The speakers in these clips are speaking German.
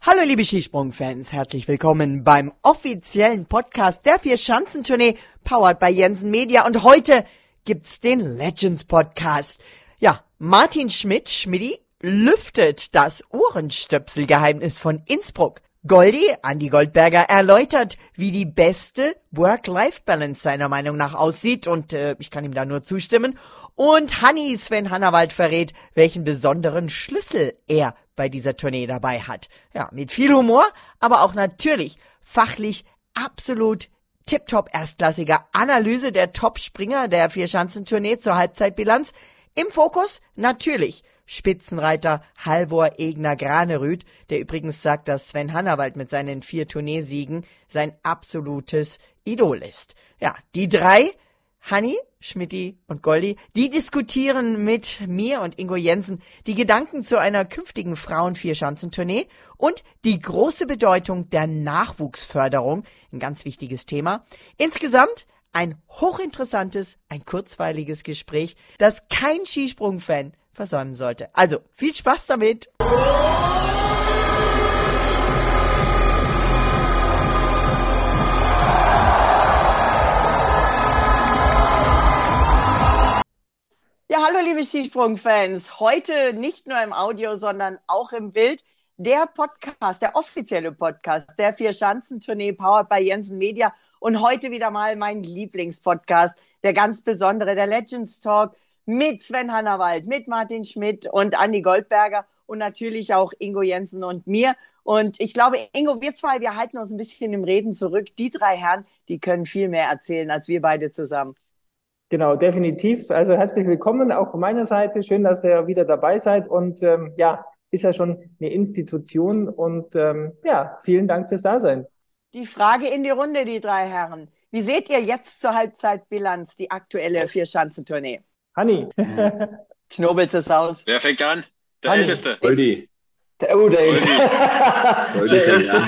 Hallo liebe Skisprung-Fans, herzlich willkommen beim offiziellen Podcast der Vierschanzentournee, powered by Jensen Media. Und heute gibt's den Legends Podcast. Ja, Martin Schmidti, lüftet das Ohrenstöpselgeheimnis von Innsbruck. Goldi, Andi Goldberger, erläutert, wie die beste Work-Life-Balance seiner Meinung nach aussieht. Und ich kann ihm da nur zustimmen. Und Hanni Sven Hannawald verrät, welchen besonderen Schlüssel er bei dieser Tournee dabei hat. Ja, mit viel Humor, aber auch natürlich fachlich absolut tipptopp erstklassiger Analyse der Top-Springer der Vierschanzentournee zur Halbzeitbilanz. Im Fokus natürlich Spitzenreiter Halvor Egner Granerüt, der übrigens sagt, dass Sven Hannawald mit seinen 4 Tourneesiegen sein absolutes Idol ist. Ja, die drei, Hanni, Schmidti und Goldi, die diskutieren mit mir und Ingo Jensen die Gedanken zu einer künftigen Frauen-Vierschanzentournee und die große Bedeutung der Nachwuchsförderung, ein ganz wichtiges Thema. Insgesamt ein hochinteressantes, ein kurzweiliges Gespräch, das kein Skisprung-Fan versäumen sollte. Also, viel Spaß damit! Ja, hallo liebe Skisprung-Fans. Heute nicht nur im Audio, sondern auch im Bild. Der Podcast, der offizielle Podcast der Vierschanzentournee, powered by Jensen Media. Und heute wieder mal mein Lieblingspodcast, der ganz besondere, der Legends Talk mit Sven Hannawald, mit Martin Schmidt und Andi Goldberger und natürlich auch Ingo Jensen und mir. Und ich glaube, Ingo, wir zwei, wir halten uns ein bisschen im Reden zurück. Die drei Herren, die können viel mehr erzählen als wir beide zusammen. Genau, definitiv. Also herzlich willkommen auch von meiner Seite. Schön, dass ihr wieder dabei seid. Und ja, ist ja schon eine Institution. Und ja, vielen Dank fürs Dasein. Die Frage in die Runde, die drei Herren. Wie seht ihr jetzt zur Halbzeitbilanz die aktuelle Vierschanzentournee? Hanni. Knobelt es aus. Wer fängt an? Der Hanni. Älteste. Goldi. Der Goldi fängt an.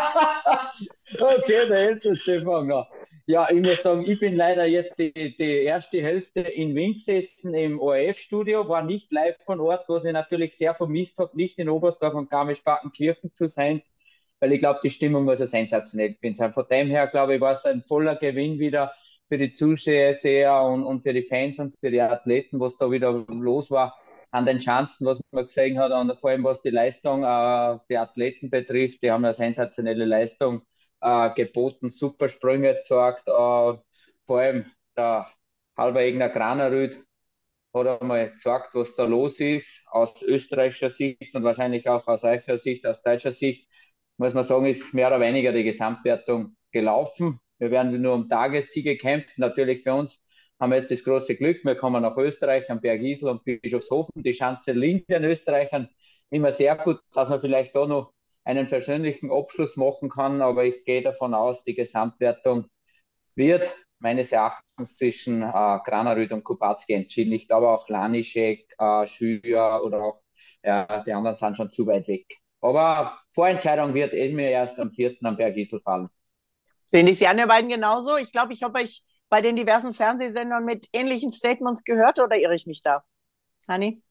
Okay, der älteste Fanger. Ja, ich muss sagen, ich bin leider jetzt die erste Hälfte in Wien gesessen im ORF-Studio, war nicht live von Ort, was ich natürlich sehr vermisst habe, nicht in Oberstdorf und Garmisch-Partenkirchen zu sein, weil ich glaube, die Stimmung muss ja sensationell gewesen sein. Von dem her, glaube ich, war es ein voller Gewinn wieder für die Zuseher und für die Fans und für die Athleten, was da wieder los war an den Schanzen, was man gesehen hat, und vor allem was die Leistung der Athleten betrifft. Die haben eine sensationelle Leistung geboten, super Sprünge gezeigt. Vor allem der Halvor Egner Granerüt hat einmal gesagt, was da los ist, aus österreichischer Sicht und wahrscheinlich auch aus eurer Sicht, aus deutscher Sicht, muss man sagen, ist mehr oder weniger die Gesamtwertung gelaufen. Wir werden nur um Tagessiege kämpfen. Natürlich für uns haben wir jetzt das große Glück, wir kommen nach Österreich, am Berg Isel und Bischofshofen. Die Schanze liegt in Österreich immer sehr gut, dass man vielleicht da noch einen persönlichen Abschluss machen kann, aber ich gehe davon aus, die Gesamtwertung wird meines Erachtens zwischen Granerüt und Kubacki entschieden. Ich glaube auch Lanišek, Schüler oder auch die anderen sind schon zu weit weg. Aber Vorentscheidung wird mir erst am 4. am Berg Isel fallen. Sehen die anderen beiden genauso? Ich glaube, ich habe euch bei den diversen Fernsehsendern mit ähnlichen Statements gehört, oder irre ich mich da? Hanni?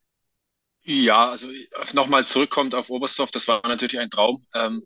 Ja, also nochmal zurückkommt auf Oberstdorf, das war natürlich ein Traum,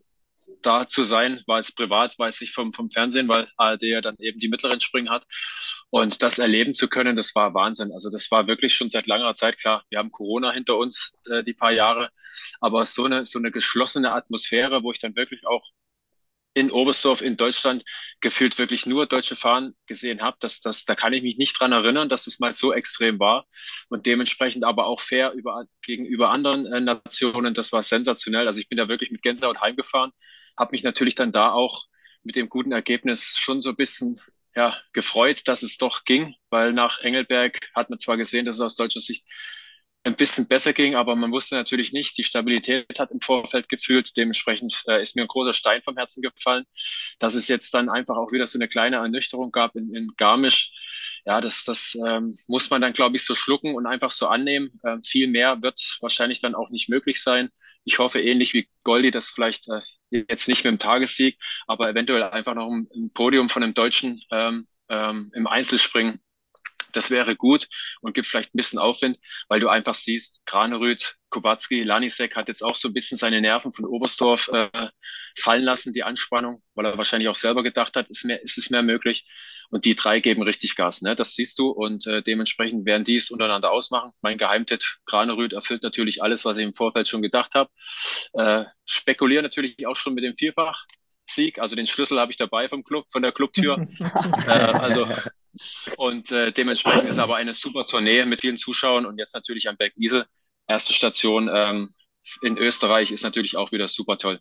da zu sein, war es privat, weiß ich vom Fernsehen, weil ARD ja dann eben die mittleren Springen hat. Und das erleben zu können, das war Wahnsinn. Also das war wirklich schon seit langer Zeit klar. Wir haben Corona hinter uns, die paar Jahre, aber so eine geschlossene Atmosphäre, wo ich dann wirklich auch in Oberstdorf in Deutschland gefühlt wirklich nur deutsche Fahnen gesehen habe, da kann ich mich nicht dran erinnern, dass es mal so extrem war und dementsprechend aber auch fair gegenüber anderen Nationen. Das war sensationell. Also ich bin da wirklich mit Gänsehaut heimgefahren, habe mich natürlich dann da auch mit dem guten Ergebnis schon so ein bisschen gefreut, dass es doch ging, weil nach Engelberg hat man zwar gesehen, dass es aus deutscher Sicht ein bisschen besser ging, aber man wusste natürlich nicht, die Stabilität hat im Vorfeld gefühlt. Dementsprechend ist mir ein großer Stein vom Herzen gefallen, dass es jetzt dann einfach auch wieder so eine kleine Ernüchterung gab in Garmisch. Ja, das muss man dann, glaube ich, so schlucken und einfach so annehmen. Viel mehr wird wahrscheinlich dann auch nicht möglich sein. Ich hoffe ähnlich wie Goldi, dass vielleicht jetzt nicht mit dem Tagessieg, aber eventuell einfach noch ein Podium von einem Deutschen im Einzelspringen. Das wäre gut und gibt vielleicht ein bisschen Aufwind, weil du einfach siehst, Granerüth, Kubacki, Lanisek hat jetzt auch so ein bisschen seine Nerven von Oberstdorf fallen lassen, die Anspannung, weil er wahrscheinlich auch selber gedacht hat, ist es mehr möglich. Und die drei geben richtig Gas, ne? Das siehst du und dementsprechend werden die es untereinander ausmachen. Mein Geheimtipp, Granerüth erfüllt natürlich alles, was ich im Vorfeld schon gedacht habe. Spekuliere natürlich auch schon mit dem Vierfach-Sieg, also den Schlüssel habe ich dabei vom Club, von der Clubtür. Also und dementsprechend ist aber eine super Tournee mit vielen Zuschauern und jetzt natürlich am Berg Isel. Erste Station in Österreich ist natürlich auch wieder super toll.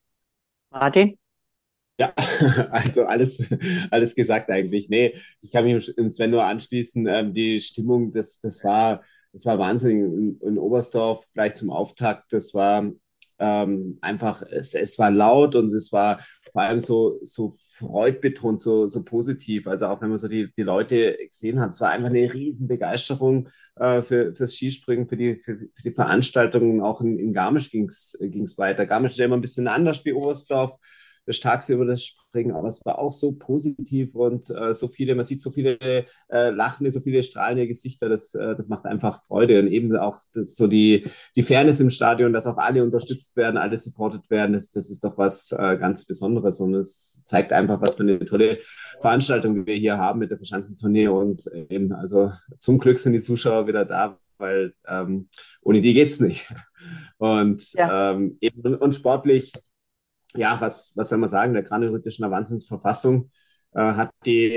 Martin? Ja, also alles gesagt eigentlich. Nee, ich kann mich im Sven nur anschließen. Die Stimmung, das war Wahnsinn in Oberstdorf gleich zum Auftakt. Das war einfach, es war laut und es war vor allem so freudbetont, so positiv. Also auch wenn man so die Leute gesehen hat, es war einfach eine riesen Begeisterung fürs Skispringen, für die Veranstaltungen. Auch in Garmisch ging's weiter. Garmisch ist ja immer ein bisschen anders wie Oberstdorf, tagsüber das Springen, aber es war auch so positiv und man sieht so viele lachende, so viele strahlende Gesichter, das macht einfach Freude und eben auch so die Fairness im Stadion, dass auch alle unterstützt werden, alle supported werden, das ist doch was ganz Besonderes und es zeigt einfach, was für eine tolle Veranstaltung wir hier haben mit der Verschanzentournee und eben, also zum Glück sind die Zuschauer wieder da, weil ohne die geht's nicht. Und Ja. eben und sportlich, ja, was soll man sagen? Der Granerüt ist in einer Wahnsinnsverfassung, hat die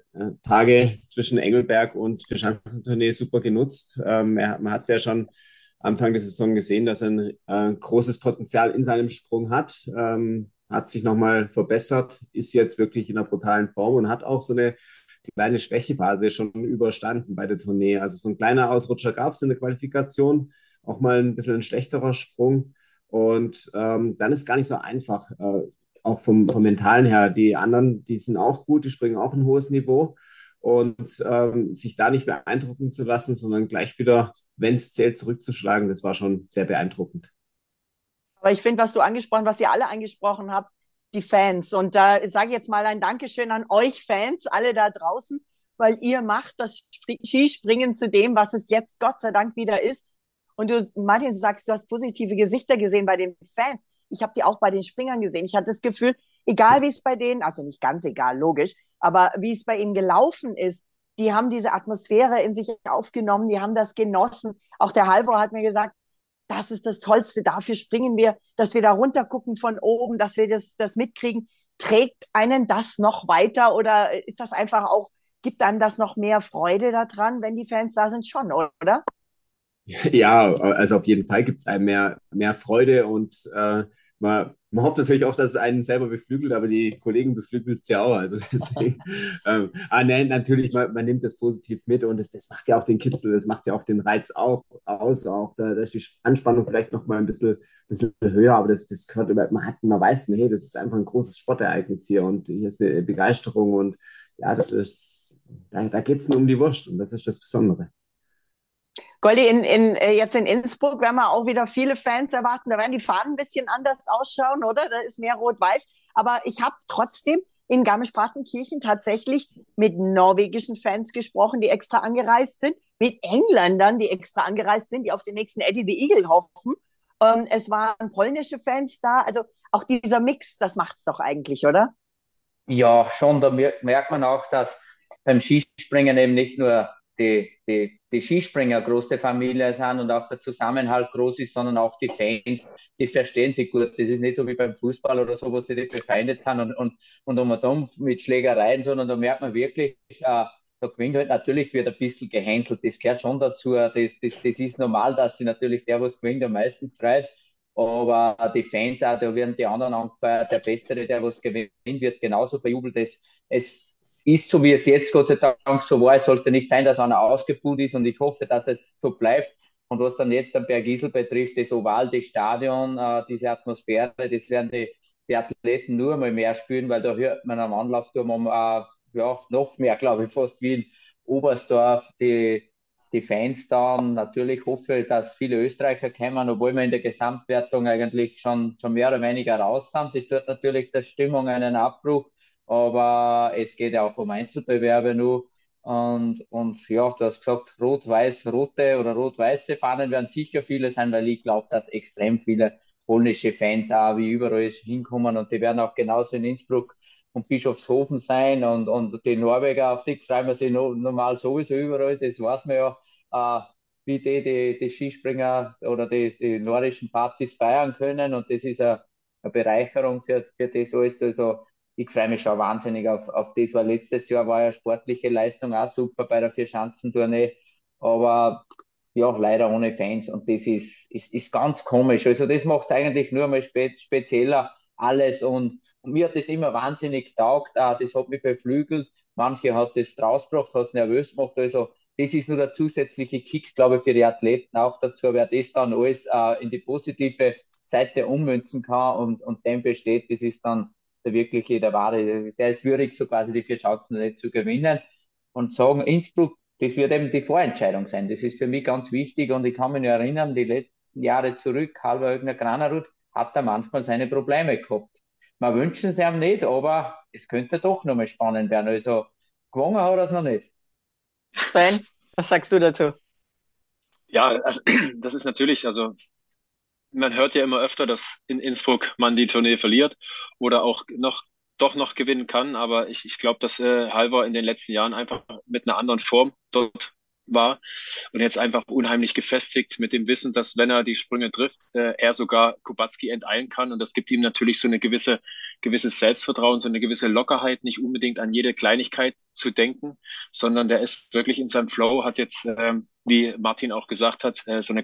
Tage zwischen Engelberg und der Schanzentournee super genutzt. Man hat ja schon Anfang der Saison gesehen, dass er ein großes Potenzial in seinem Sprung hat, hat sich nochmal verbessert, ist jetzt wirklich in einer brutalen Form und hat auch so eine kleine Schwächephase schon überstanden bei der Tournee. Also so ein kleiner Ausrutscher gab es in der Qualifikation, auch mal ein bisschen ein schlechterer Sprung. Und dann ist gar nicht so einfach, auch vom Mentalen her. Die anderen, die sind auch gut, die springen auch ein hohes Niveau. Und sich da nicht beeindrucken zu lassen, sondern gleich wieder, wenn es zählt, zurückzuschlagen, das war schon sehr beeindruckend. Aber ich finde, was ihr alle angesprochen habt, die Fans. Und da sage ich jetzt mal ein Dankeschön an euch Fans, alle da draußen, weil ihr macht das Skispringen zu dem, was es jetzt Gott sei Dank wieder ist. Und du, Martin, du sagst, du hast positive Gesichter gesehen bei den Fans. Ich habe die auch bei den Springern gesehen. Ich hatte das Gefühl, egal wie es bei denen, also nicht ganz egal, logisch, aber wie es bei ihnen gelaufen ist, die haben diese Atmosphäre in sich aufgenommen, die haben das genossen. Auch der Halvor hat mir gesagt, das ist das Tollste, dafür springen wir, dass wir da runter gucken von oben, dass wir das mitkriegen. Trägt einen das noch weiter oder ist das einfach auch, gibt einem das noch mehr Freude daran, wenn die Fans da sind? Schon, oder? Ja, also auf jeden Fall gibt es einem mehr Freude und man hofft natürlich auch, dass es einen selber beflügelt, aber die Kollegen beflügelt es ja auch. Also deswegen, nein, natürlich, man nimmt das positiv mit und das macht ja auch den Kitzel, das macht ja auch den Reiz auch aus. Auch da ist die Anspannung vielleicht noch mal ein bisschen höher, aber das gehört über, man weiß, hey, das ist einfach ein großes Sportereignis hier und hier ist eine Begeisterung und ja, da geht es nur um die Wurst und das ist das Besondere. Goldi, jetzt in Innsbruck werden wir auch wieder viele Fans erwarten. Da werden die Fahnen ein bisschen anders ausschauen, oder? Da ist mehr Rot-Weiß. Aber ich habe trotzdem in Garmisch-Partenkirchen tatsächlich mit norwegischen Fans gesprochen, die extra angereist sind, mit Engländern, die extra angereist sind, die auf den nächsten Eddie the Eagle hoffen. Es waren polnische Fans da. Also auch dieser Mix, das macht's doch eigentlich, oder? Ja, schon, da merkt man auch, dass beim Skispringen eben nicht nur die Skispringer große Familie sind und auch der Zusammenhalt groß ist, sondern auch die Fans, die verstehen sich gut. Das ist nicht so wie beim Fußball oder so, wo sie nicht befeindet sind und um und um mit Schlägereien, sondern da merkt man wirklich, da gewinnt halt natürlich wird ein bisschen gehänselt. Das gehört schon dazu. Das ist normal, dass sich natürlich der, was gewinnt, am meisten freut. Aber die Fans auch, da werden die anderen angefeiert, der Bessere, der was gewinnt, wird genauso bejubelt. Es ist so, wie es jetzt Gott sei Dank so war. Es sollte nicht sein, dass einer ausgebuht ist und ich hoffe, dass es so bleibt. Und was dann jetzt am Berg Isel betrifft, das Oval, das Stadion, diese Atmosphäre, das werden die Athleten nur mal mehr spüren, weil da hört man am Anlaufturm ja, noch mehr, glaube ich, fast wie in Oberstdorf, die Fans da. Und natürlich hoffe ich, dass viele Österreicher kommen, obwohl wir in der Gesamtwertung eigentlich schon mehr oder weniger raus sind. Das tut natürlich der Stimmung einen Abbruch, aber es geht ja auch um Einzelbewerbe nur. Und ja, du hast gesagt, rot-weiß-rote oder rot-weiße Fahnen werden sicher viele sein, weil ich glaube, dass extrem viele polnische Fans auch wie überall hinkommen und die werden auch genauso in Innsbruck und Bischofshofen sein und die Norweger, auf die freuen wir sich normal sowieso überall, das weiß man ja, wie die Skispringer oder die nordischen Partys feiern können und das ist eine Bereicherung für das alles. Also ich freue mich schon wahnsinnig auf das, weil letztes Jahr war ja sportliche Leistung auch super bei der Vierschanzentournee, aber ja, leider ohne Fans und das ist ganz komisch. Also das macht es eigentlich nur mal spezieller alles und mir hat das immer wahnsinnig getaugt, das hat mich beflügelt, manche hat das rausgebracht, hat es nervös gemacht, also das ist nur der zusätzliche Kick, glaube ich, für die Athleten auch dazu, wer das dann alles in die positive Seite ummünzen kann und dem besteht, das ist dann der wirkliche, der wahre, der ist würdig, so quasi die vier Chancen nicht zu gewinnen und sagen, Innsbruck, das wird eben die Vorentscheidung sein. Das ist für mich ganz wichtig und ich kann mich nur erinnern, die letzten Jahre zurück, Halvor Egner Granerud hat da manchmal seine Probleme gehabt. Man wünscht es ihm nicht, aber es könnte doch nochmal spannend werden. Also gewonnen hat er es noch nicht. Sven, was sagst du dazu? Ja, also das ist natürlich, also man hört ja immer öfter, dass in Innsbruck man die Tournee verliert oder auch doch noch gewinnen kann. Aber ich glaube, dass Halvor in den letzten Jahren einfach mit einer anderen Form dort war und jetzt einfach unheimlich gefestigt mit dem Wissen, dass wenn er die Sprünge trifft, er sogar Kubacki enteilen kann. Und das gibt ihm natürlich so eine gewisses Selbstvertrauen, so eine gewisse Lockerheit, nicht unbedingt an jede Kleinigkeit zu denken, sondern der ist wirklich in seinem Flow, hat jetzt, wie Martin auch gesagt hat,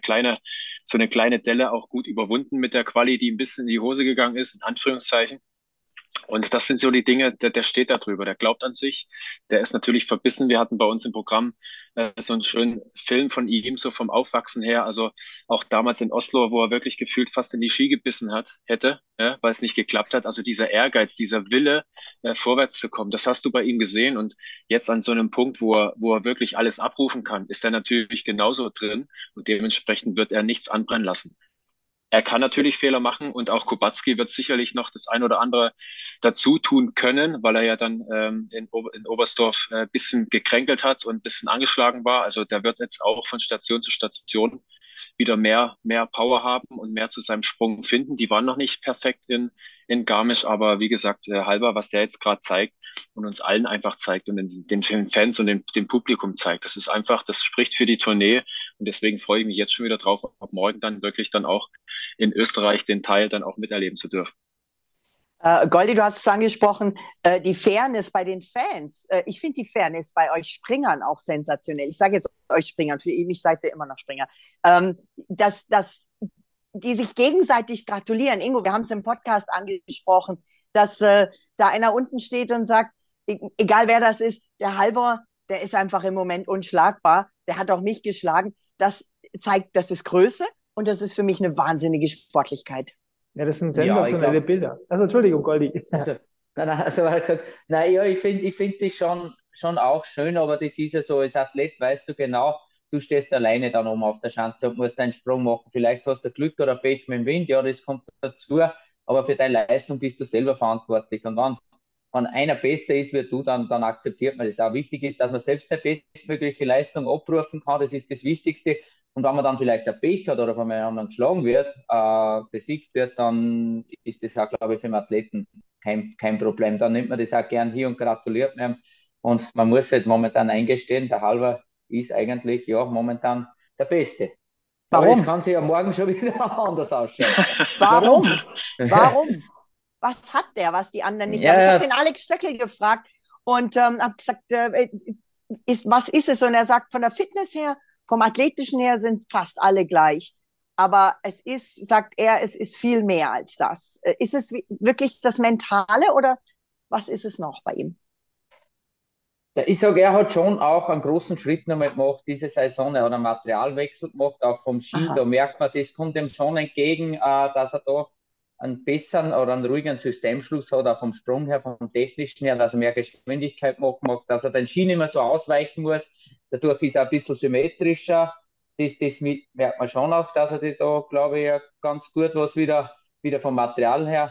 so eine kleine Delle auch gut überwunden mit der Quali, die ein bisschen in die Hose gegangen ist, in Anführungszeichen. Und das sind so die Dinge, der steht da drüber, der glaubt an sich, der ist natürlich verbissen. Wir hatten bei uns im Programm so einen schönen Film von ihm, so vom Aufwachsen her, also auch damals in Oslo, wo er wirklich gefühlt fast in die Ski gebissen hätte, weil es nicht geklappt hat. Also dieser Ehrgeiz, dieser Wille, vorwärts zu kommen, das hast du bei ihm gesehen. Und jetzt an so einem Punkt, wo er wirklich alles abrufen kann, ist er natürlich genauso drin und dementsprechend wird er nichts anbrennen lassen. Er kann natürlich Fehler machen und auch Kubacki wird sicherlich noch das ein oder andere dazu tun können, weil er ja dann in Oberstdorf bisschen gekränkelt hat und ein bisschen angeschlagen war. Also der wird jetzt auch von Station zu Station wieder mehr Power haben und mehr zu seinem Sprung finden. Die waren noch nicht perfekt in Garmisch, aber wie gesagt, Halber, was der jetzt gerade zeigt und uns allen einfach zeigt und den Fans und dem Publikum zeigt, das ist einfach, das spricht für die Tournee und deswegen freue ich mich jetzt schon wieder drauf, ab morgen dann wirklich dann auch in Österreich den Teil dann auch miterleben zu dürfen. Goldi, du hast es angesprochen, die Fairness bei den Fans. Ich finde die Fairness bei euch Springern auch sensationell. Ich sage jetzt euch Springern, für mich seid ihr immer noch Springer. Dass die sich gegenseitig gratulieren. Ingo, wir haben es im Podcast angesprochen, dass da einer unten steht und sagt, egal wer das ist, der Halvor, der ist einfach im Moment unschlagbar. Der hat auch mich geschlagen. Das zeigt, das ist Größe und das ist für mich eine wahnsinnige Sportlichkeit. Ja, das sind Ja, ich sensationelle glaube, Bilder. Also, Entschuldigung, Goldi. also, also er hat gesagt, nein, ja, ich find das schon auch schön, aber das ist ja so, als Athlet weißt du genau, du stehst alleine dann oben auf der Schanze und musst deinen Sprung machen. Vielleicht hast du Glück oder Pech mit dem Wind, ja, das kommt dazu, aber für deine Leistung bist du selber verantwortlich. Und wenn einer besser ist wie du, dann akzeptiert man das. Auch wichtig ist, dass man selbst seine bestmögliche Leistung abrufen kann, das ist das Wichtigste. Und wenn man dann vielleicht ein Pech hat oder von einem anderen geschlagen wird, besiegt wird, dann ist das auch, glaube ich, für den Athleten kein Problem. Dann nimmt man das auch gern hier und gratuliert mir. Und man muss halt momentan eingestehen, der Halver ist eigentlich ja momentan der Beste. Aber es Warum? kann sich ja morgen schon wieder anders ausschauen. Warum? Warum? Was hat der, was die anderen nicht haben? Ich Ja, habe den Alex Stöckel gefragt und habe gesagt, was ist es? Und er sagt, von der Fitness her, vom Athletischen her sind fast alle gleich. Aber es ist, sagt er, es ist viel mehr als das. Ist es wirklich das Mentale oder was ist es noch bei ihm? ja, ich sage, er hat schon auch einen großen Schritt nochmal gemacht diese Saison. Er hat einen Materialwechsel gemacht, auch vom Ski. Da Aha. merkt man, das kommt ihm schon entgegen, dass er da einen besseren oder einen ruhigen Systemschluss hat, auch vom Sprung her, vom technischen her, dass er mehr Geschwindigkeit machen mag, dass er den Ski nicht mehr so ausweichen muss. Dadurch ist er ein bisschen symmetrischer. Das merkt man schon auch, dass er da, glaube ich, ganz gut was wieder vom Material her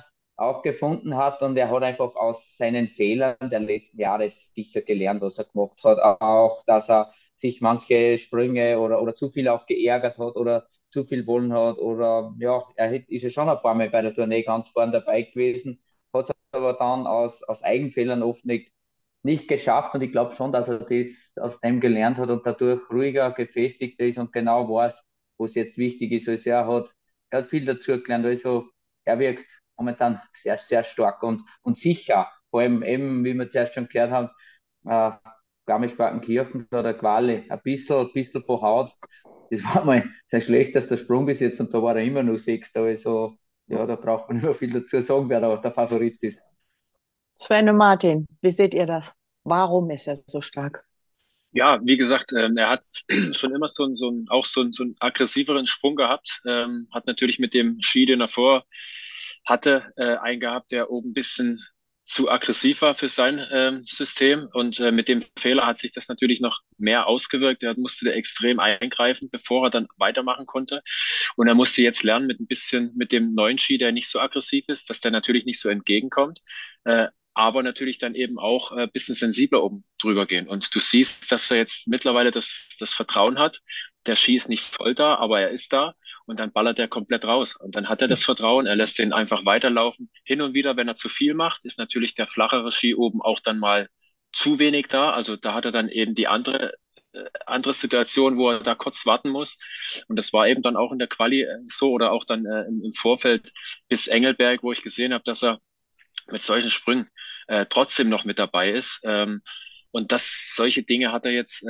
auch gefunden hat, und er hat einfach aus seinen Fehlern der letzten Jahre sicher gelernt, was er gemacht hat. Auch, dass er sich manche Sprünge oder zu viel auch geärgert hat oder zu viel wollen hat, oder ja, ist ja schon ein paar Mal bei der Tournee ganz vorne dabei gewesen, hat es aber dann aus Eigenfehlern oft nicht geschafft, und ich glaube schon, dass er das aus dem gelernt hat und dadurch ruhiger, gefestigter ist und genau weiß, wo es jetzt wichtig ist. Also er hat viel dazu gelernt. Also er wirkt momentan sehr, sehr stark und sicher. Vor allem eben, wie wir zuerst schon gehört haben, äh, Garmisch-Partenkirchen oder Quali, ein bisschen pro Haut. Das war mal sein schlechtester Sprung bis jetzt, und da war er immer nur Sechster. Also ja, da braucht man nicht mehr viel dazu sagen, wer da der Favorit ist. Sven und Martin, wie seht ihr das? Warum ist er so stark? Ja, wie gesagt, er hat schon immer so einen aggressiveren Sprung gehabt. Hat natürlich mit dem Ski, den er vor hatte, einen gehabt, der oben ein bisschen zu aggressiv war für sein System. Und mit dem Fehler hat sich das natürlich noch mehr ausgewirkt. Er musste da extrem eingreifen, bevor er dann weitermachen konnte. Und er musste jetzt lernen, mit dem neuen Ski, der nicht so aggressiv ist, dass der natürlich nicht so entgegenkommt. Aber natürlich dann eben auch ein bisschen sensibler oben drüber gehen. Und du siehst, dass er jetzt mittlerweile das Vertrauen hat. Der Ski ist nicht voll da, aber er ist da, und dann ballert er komplett raus. Und dann hat er das Vertrauen, er lässt den einfach weiterlaufen. Hin und wieder, wenn er zu viel macht, ist natürlich der flachere Ski oben auch dann mal zu wenig da. Also da hat er dann eben die andere Situation, wo er da kurz warten muss. Und das war eben dann auch in der Quali so, oder auch dann im Vorfeld bis Engelberg, wo ich gesehen habe, dass er mit solchen Sprüngen trotzdem noch mit dabei ist. Und solche Dinge hat er jetzt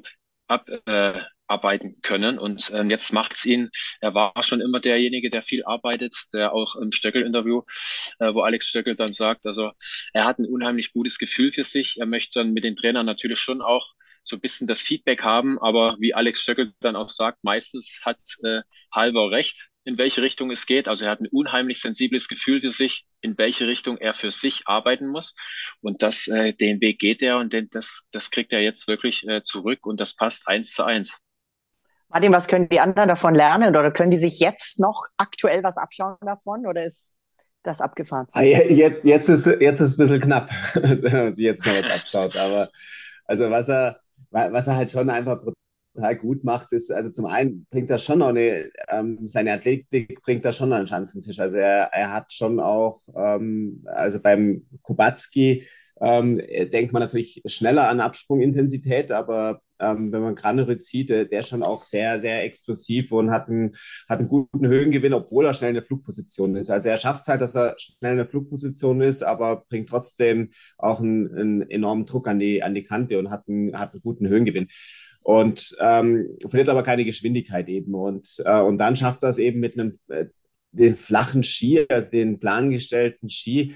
abarbeiten können. Und jetzt macht's ihn. Er war schon immer derjenige, der viel arbeitet, der auch im Stöckel-Interview, wo Alex Stöckel dann sagt, also er hat ein unheimlich gutes Gefühl für sich. Er möchte dann mit den Trainern natürlich schon auch so ein bisschen das Feedback haben, aber wie Alex Stöckel dann auch sagt, meistens hat Halvor recht, in welche Richtung es geht. Also er hat ein unheimlich sensibles Gefühl für sich, in welche Richtung er für sich arbeiten muss. Und den Weg geht er, und das kriegt er jetzt wirklich zurück, und das passt 1:1. Martin, was können die anderen davon lernen, oder können die sich jetzt noch aktuell was abschauen davon, oder ist das abgefahren? Jetzt ist es ein bisschen knapp, wenn man sich jetzt noch was abschaut. Aber also was er halt schon einfach total gut macht, ist, also zum einen bringt er schon auch seine Athletik bringt er schon an den Schanzentisch. Also er hat schon auch, also beim Kubacki denkt man natürlich schneller an Absprungintensität, aber wenn man Granerüt sieht, der ist schon auch sehr, sehr explosiv und hat einen guten Höhengewinn, obwohl er schnell in der Flugposition ist. Also er schafft es halt, dass er schnell in der Flugposition ist, aber bringt trotzdem auch einen enormen Druck an die Kante und hat einen guten Höhengewinn. Und verliert aber keine Geschwindigkeit eben. Und dann schafft er es eben mit den flachen Ski, also den plangestellten Ski,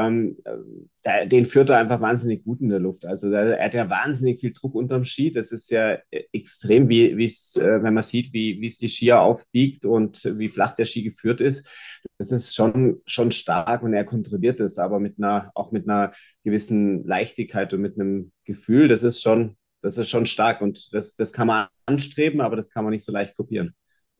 den führt er einfach wahnsinnig gut in der Luft. Also er hat ja wahnsinnig viel Druck unterm Ski. Das ist ja extrem, wenn man sieht, wie es die Skier aufbiegt und wie flach der Ski geführt ist. Das ist schon stark, und er kontrolliert das, aber auch mit einer gewissen Leichtigkeit und mit einem Gefühl. Das ist schon stark, und das kann man anstreben, aber das kann man nicht so leicht kopieren.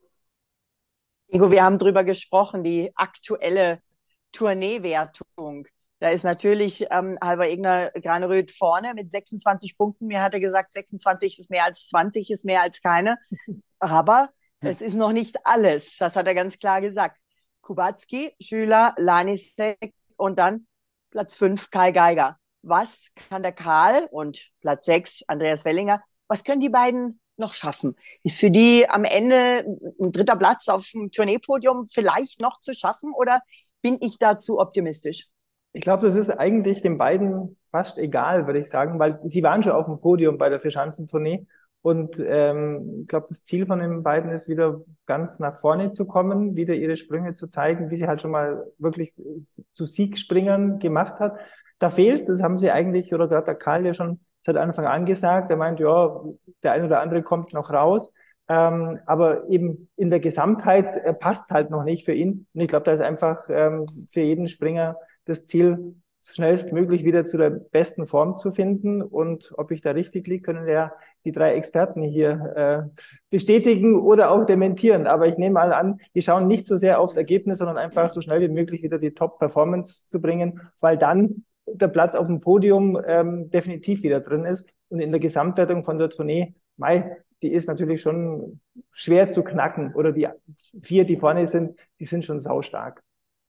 Ingo, wir haben drüber gesprochen, die aktuelle Tourneewertung. Da ist natürlich Halvor Egner Graneröd vorne mit 26 Punkten. Mir hat er gesagt, 26 ist mehr als 20, ist mehr als keine. Aber es ist noch nicht alles. Das hat er ganz klar gesagt. Kubacki, Schüler, Lanisek und dann Platz 5 Karl Geiger. Was kann der Karl und Platz 6 Andreas Wellinger, was können die beiden noch schaffen? Ist für die am Ende ein dritter Platz auf dem Tourneepodium vielleicht noch zu schaffen, oder bin ich da zu optimistisch? Ich glaube, das ist eigentlich den beiden fast egal, würde ich sagen, weil sie waren schon auf dem Podium bei der Vierschanzentournee, und ich glaube, das Ziel von den beiden ist, wieder ganz nach vorne zu kommen, wieder ihre Sprünge zu zeigen, wie sie halt schon mal wirklich zu Siegspringern gemacht hat. Da fehlt's, das haben sie eigentlich, oder gerade der Karl ja schon seit Anfang an gesagt. Er meint, ja, der ein oder andere kommt noch raus. Aber eben in der Gesamtheit passt halt noch nicht für ihn. Und ich glaube, da ist einfach für jeden Springer das Ziel, schnellstmöglich wieder zu der besten Form zu finden. Und ob ich da richtig liege, können wir ja die drei Experten hier bestätigen oder auch dementieren. Aber ich nehme mal an, die schauen nicht so sehr aufs Ergebnis, sondern einfach so schnell wie möglich wieder die Top-Performance zu bringen, weil dann der Platz auf dem Podium definitiv wieder drin ist. Und in der Gesamtwertung von der Tournee, die ist natürlich schon schwer zu knacken. Oder die vier, die vorne sind, die sind schon saustark.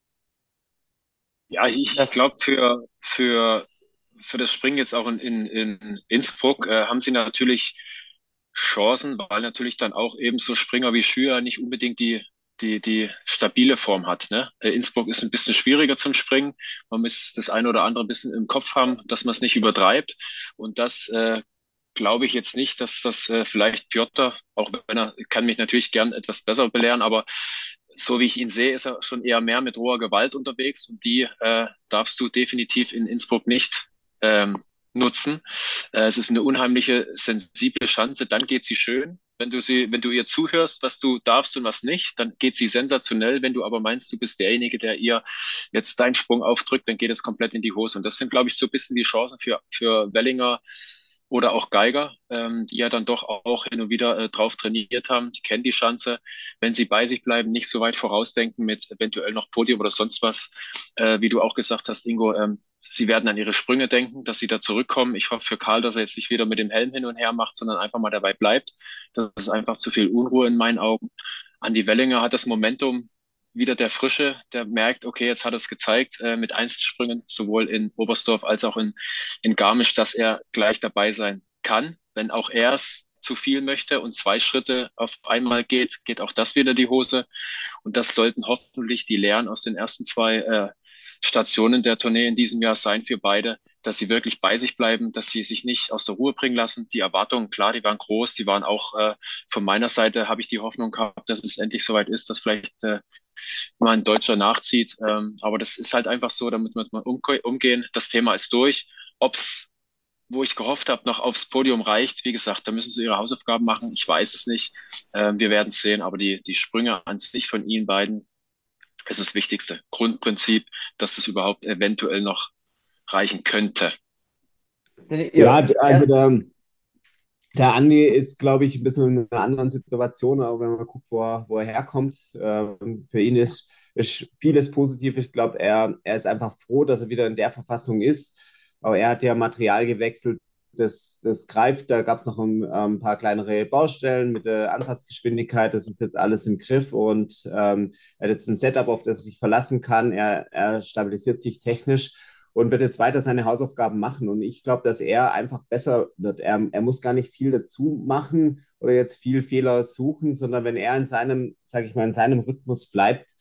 Ja, ich Das, glaube, für das Springen jetzt auch in Innsbruck haben sie natürlich Chancen, weil natürlich dann auch eben so Springer wie Schüler nicht unbedingt die stabile Form hat. Ne? Innsbruck ist ein bisschen schwieriger zum Springen. Man muss das eine oder andere ein bisschen im Kopf haben, dass man es nicht übertreibt. Und das glaube ich jetzt nicht, dass das vielleicht Piotr, auch wenn er kann mich natürlich gern etwas besser belehren, aber so wie ich ihn sehe, ist er schon eher mehr mit roher Gewalt unterwegs und die darfst du definitiv in Innsbruck nicht nutzen. Es ist eine unheimliche, sensible Schanze, dann geht sie schön. Wenn du ihr zuhörst, was du darfst und was nicht, dann geht sie sensationell. Wenn du aber meinst, du bist derjenige, der ihr jetzt deinen Sprung aufdrückt, dann geht es komplett in die Hose. Und das sind, glaube ich, so ein bisschen die Chancen für Wellinger oder auch Geiger, die ja dann doch auch hin und wieder drauf trainiert haben. Die kennen die Schanze. Wenn sie bei sich bleiben, nicht so weit vorausdenken mit eventuell noch Podium oder sonst was, wie du auch gesagt hast, Ingo, sie werden an ihre Sprünge denken, dass sie da zurückkommen. Ich hoffe für Karl, dass er jetzt nicht wieder mit dem Helm hin und her macht, sondern einfach mal dabei bleibt. Das ist einfach zu viel Unruhe in meinen Augen. Andi Wellinger hat das Momentum, wieder der Frische, der merkt, okay, jetzt hat er es gezeigt mit Einzelsprüngen, sowohl in Oberstdorf als auch in Garmisch, dass er gleich dabei sein kann. Wenn auch er es zu viel möchte und zwei Schritte auf einmal geht auch das wieder die Hose. Und das sollten hoffentlich die Lehren aus den ersten zwei Stationen der Tournee in diesem Jahr sein für beide, dass sie wirklich bei sich bleiben, dass sie sich nicht aus der Ruhe bringen lassen. Die Erwartungen, klar, die waren groß, die waren auch von meiner Seite, habe ich die Hoffnung gehabt, dass es endlich soweit ist, dass vielleicht mal ein Deutscher nachzieht. Aber das ist halt einfach so, damit wird man umgehen. Das Thema ist durch. Ob's, wo ich gehofft habe, noch aufs Podium reicht, wie gesagt, da müssen sie ihre Hausaufgaben machen. Ich weiß es nicht. Wir werden es sehen, aber die Sprünge an sich von ihnen beiden ist das wichtigste Grundprinzip, dass das überhaupt eventuell noch reichen könnte. Ja, Ja, also der Andi ist, glaube ich, ein bisschen in einer anderen Situation, aber wenn man guckt, wo er herkommt. Für ihn ist vieles positiv. Ich glaube, er ist einfach froh, dass er wieder in der Verfassung ist. Aber er hat ja Material gewechselt, das greift. Da gab es noch ein paar kleinere Baustellen mit der Anfahrtsgeschwindigkeit. Das ist jetzt alles im Griff und er hat jetzt ein Setup, auf das er sich verlassen kann. Er stabilisiert sich technisch und wird jetzt weiter seine Hausaufgaben machen. Und ich glaube, dass er einfach besser wird. Er muss gar nicht viel dazu machen oder jetzt viel Fehler suchen, sondern wenn er in seinem, sage ich mal, in seinem Rhythmus bleibt,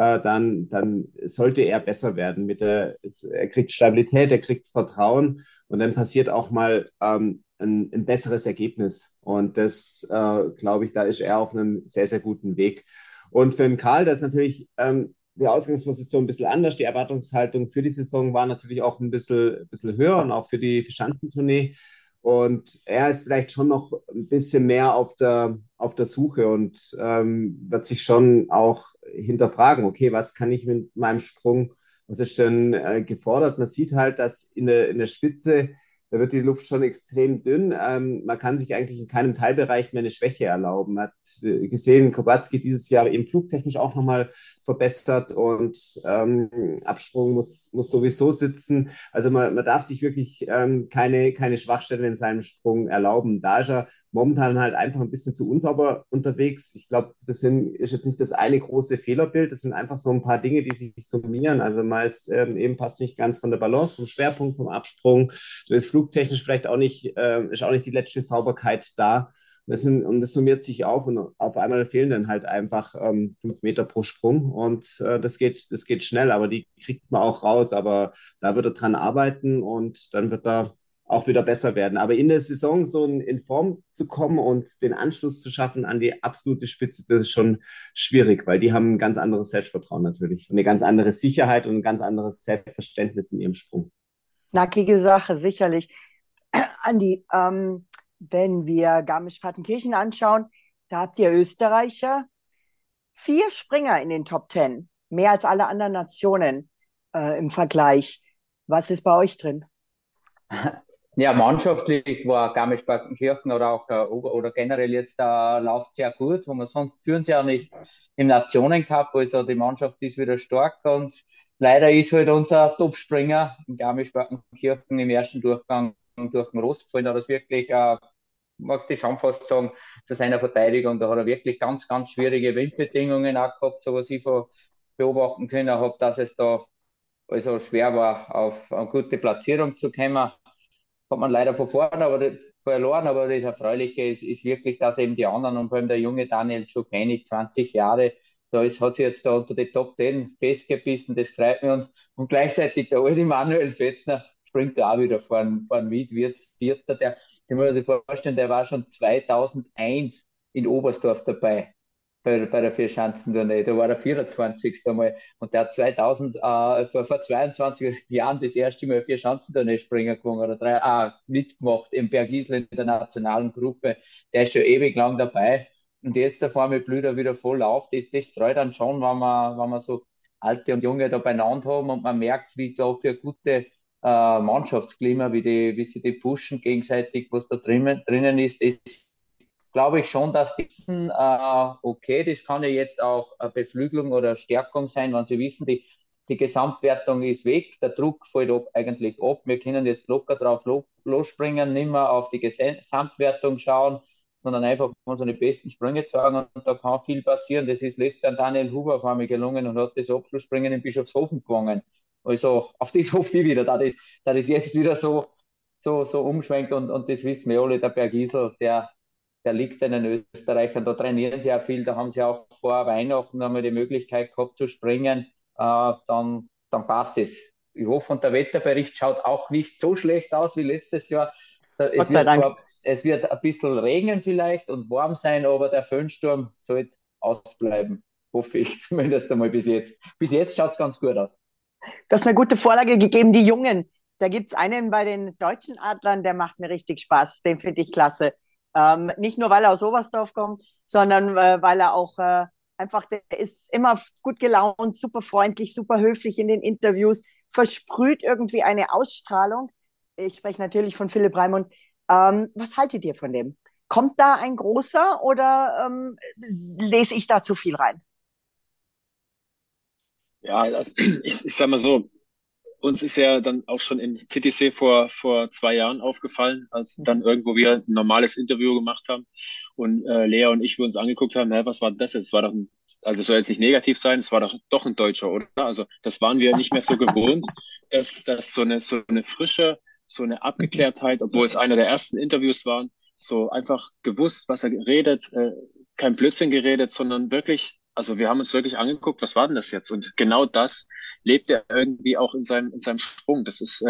dann sollte er besser werden. Er kriegt Stabilität, er kriegt Vertrauen und dann passiert auch mal ein besseres Ergebnis. Und das, glaube ich, da ist er auf einem sehr, sehr guten Weg. Und für den Karl, das ist natürlich die Ausgangsposition ein bisschen anders. Die Erwartungshaltung für die Saison war natürlich auch ein bisschen höher und auch für die Schanzentournee. Und er ist vielleicht schon noch ein bisschen mehr auf der Suche und wird sich schon auch hinterfragen, okay, was kann ich mit meinem Sprung, was ist denn gefordert? Man sieht halt, dass in der Spitze, da wird die Luft schon extrem dünn. Man kann sich eigentlich in keinem Teilbereich mehr eine Schwäche erlauben. Man hat gesehen, Kowarski dieses Jahr eben flugtechnisch auch nochmal verbessert und Absprung muss sowieso sitzen. Also man darf sich wirklich keine Schwachstelle in seinem Sprung erlauben. Da ist er momentan halt einfach ein bisschen zu unsauber unterwegs. Ich glaube, ist jetzt nicht das eine große Fehlerbild, das sind einfach so ein paar Dinge, die sich summieren. Also man ist eben passt nicht ganz von der Balance, vom Schwerpunkt, vom Absprung. Da ist flugtechnisch vielleicht ist auch nicht die letzte Sauberkeit da. Und das summiert sich auf und auf einmal fehlen dann halt einfach 5 Meter pro Sprung und das geht schnell, aber die kriegt man auch raus. Aber da wird er dran arbeiten und dann wird er auch wieder besser werden. Aber in der Saison so in Form zu kommen und den Anschluss zu schaffen an die absolute Spitze, das ist schon schwierig, weil die haben ein ganz anderes Selbstvertrauen natürlich und eine ganz andere Sicherheit und ein ganz anderes Selbstverständnis in ihrem Sprung. knackige Sache, sicherlich. Andi, wenn wir Garmisch-Partenkirchen anschauen, da habt ihr Österreicher 4 Springer in den Top 10, mehr als alle anderen Nationen im Vergleich. Was ist bei euch drin? Ja, mannschaftlich war Garmisch-Partenkirchen oder auch oder generell jetzt läuft sehr gut, wo wir sonst führen sie ja nicht im Nationencup, also die Mannschaft ist wieder stark und leider ist halt unser Topspringer in Garmisch-Partenkirchen im ersten Durchgang durch den Rost gefallen, da hat er es wirklich, mag ich schon fast sagen, zu seiner Verteidigung, da hat er wirklich ganz, ganz schwierige Windbedingungen auch gehabt, so was ich beobachten können habe, dass es da also schwer war, auf eine gute Platzierung zu kommen, hat man leider verloren, aber das Erfreuliche ist wirklich, dass eben die anderen und vor allem der junge Daniel Ciucchini, 20 Jahre, hat sich jetzt da unter die Top 10 festgebissen, das freut mich und gleichzeitig der alte Manuel Fettner springt da auch wieder vorn mit, wird Vierter, den muss man sich vorstellen, der war schon 2001 in Oberstdorf dabei bei der Vierschanzentournee. Da war der 24. Mal und der hat 2000, vor 22 Jahren das erste Mal Vierschanzentournee springen gewonnen oder mitgemacht im Bergisel in der nationalen Gruppe. Der ist schon ewig lang dabei und jetzt der Formel blüht er wieder voll auf. Das freut dann schon, wenn man so Alte und Junge da beieinander haben und man merkt, wie da für gute Mannschaftsklima, wie sie die pushen gegenseitig, was da drinnen ist, ist glaube ich schon, dass okay, das kann ja jetzt auch eine Beflügelung oder Stärkung sein, wenn Sie wissen, die Gesamtwertung ist weg, der Druck fällt eigentlich ab. Wir können jetzt locker drauf losspringen, nicht mehr auf die Gesamtwertung schauen, sondern einfach unsere besten Sprünge zeigen und da kann viel passieren. Das ist letztes Jahr Daniel Huber auf einmal gelungen und hat das Abschlussspringen in Bischofshofen gewonnen. Also auf das hoffe ich wieder, da das jetzt wieder so umschwenkt und das wissen wir alle, der Bergisel, der liegt in den Österreichern, da trainieren sie auch viel, da haben sie auch vor Weihnachten einmal die Möglichkeit gehabt zu springen, dann passt es. Ich hoffe, und der Wetterbericht schaut auch nicht so schlecht aus wie letztes Jahr. Gott sei Dank. Es wird ein bisschen regnen vielleicht und warm sein, aber der Föhnsturm sollte ausbleiben, hoffe ich zumindest einmal bis jetzt. Bis jetzt schaut es ganz gut aus. Du hast mir gute Vorlage gegeben, die Jungen. Da gibt's einen bei den deutschen Adlern, der macht mir richtig Spaß. Den finde ich klasse. Nicht nur, weil er aus Oberstdorf kommt, sondern weil er auch einfach, der ist immer gut gelaunt, super freundlich, super höflich in den Interviews, versprüht irgendwie eine Ausstrahlung. Ich spreche natürlich von Philipp Raimund. Was haltet ihr von dem? Kommt da ein großer oder lese ich da zu viel rein? Ja, ich sag mal so, uns ist ja dann auch schon in TTC vor 2 Jahren aufgefallen, als dann irgendwo wir ein normales Interview gemacht haben und Lea und ich wir uns angeguckt haben, hä, was war das jetzt? Es war doch also es soll jetzt nicht negativ sein, es war doch ein Deutscher, oder? Also das waren wir nicht mehr so gewohnt, dass so eine Frische, so eine Abgeklärtheit, obwohl es einer der ersten Interviews waren, so einfach gewusst, was er redet, kein Blödsinn geredet, sondern wirklich, also wir haben uns wirklich angeguckt, was war denn das jetzt? Und genau das lebt er irgendwie auch in seinem Sprung. Das ist,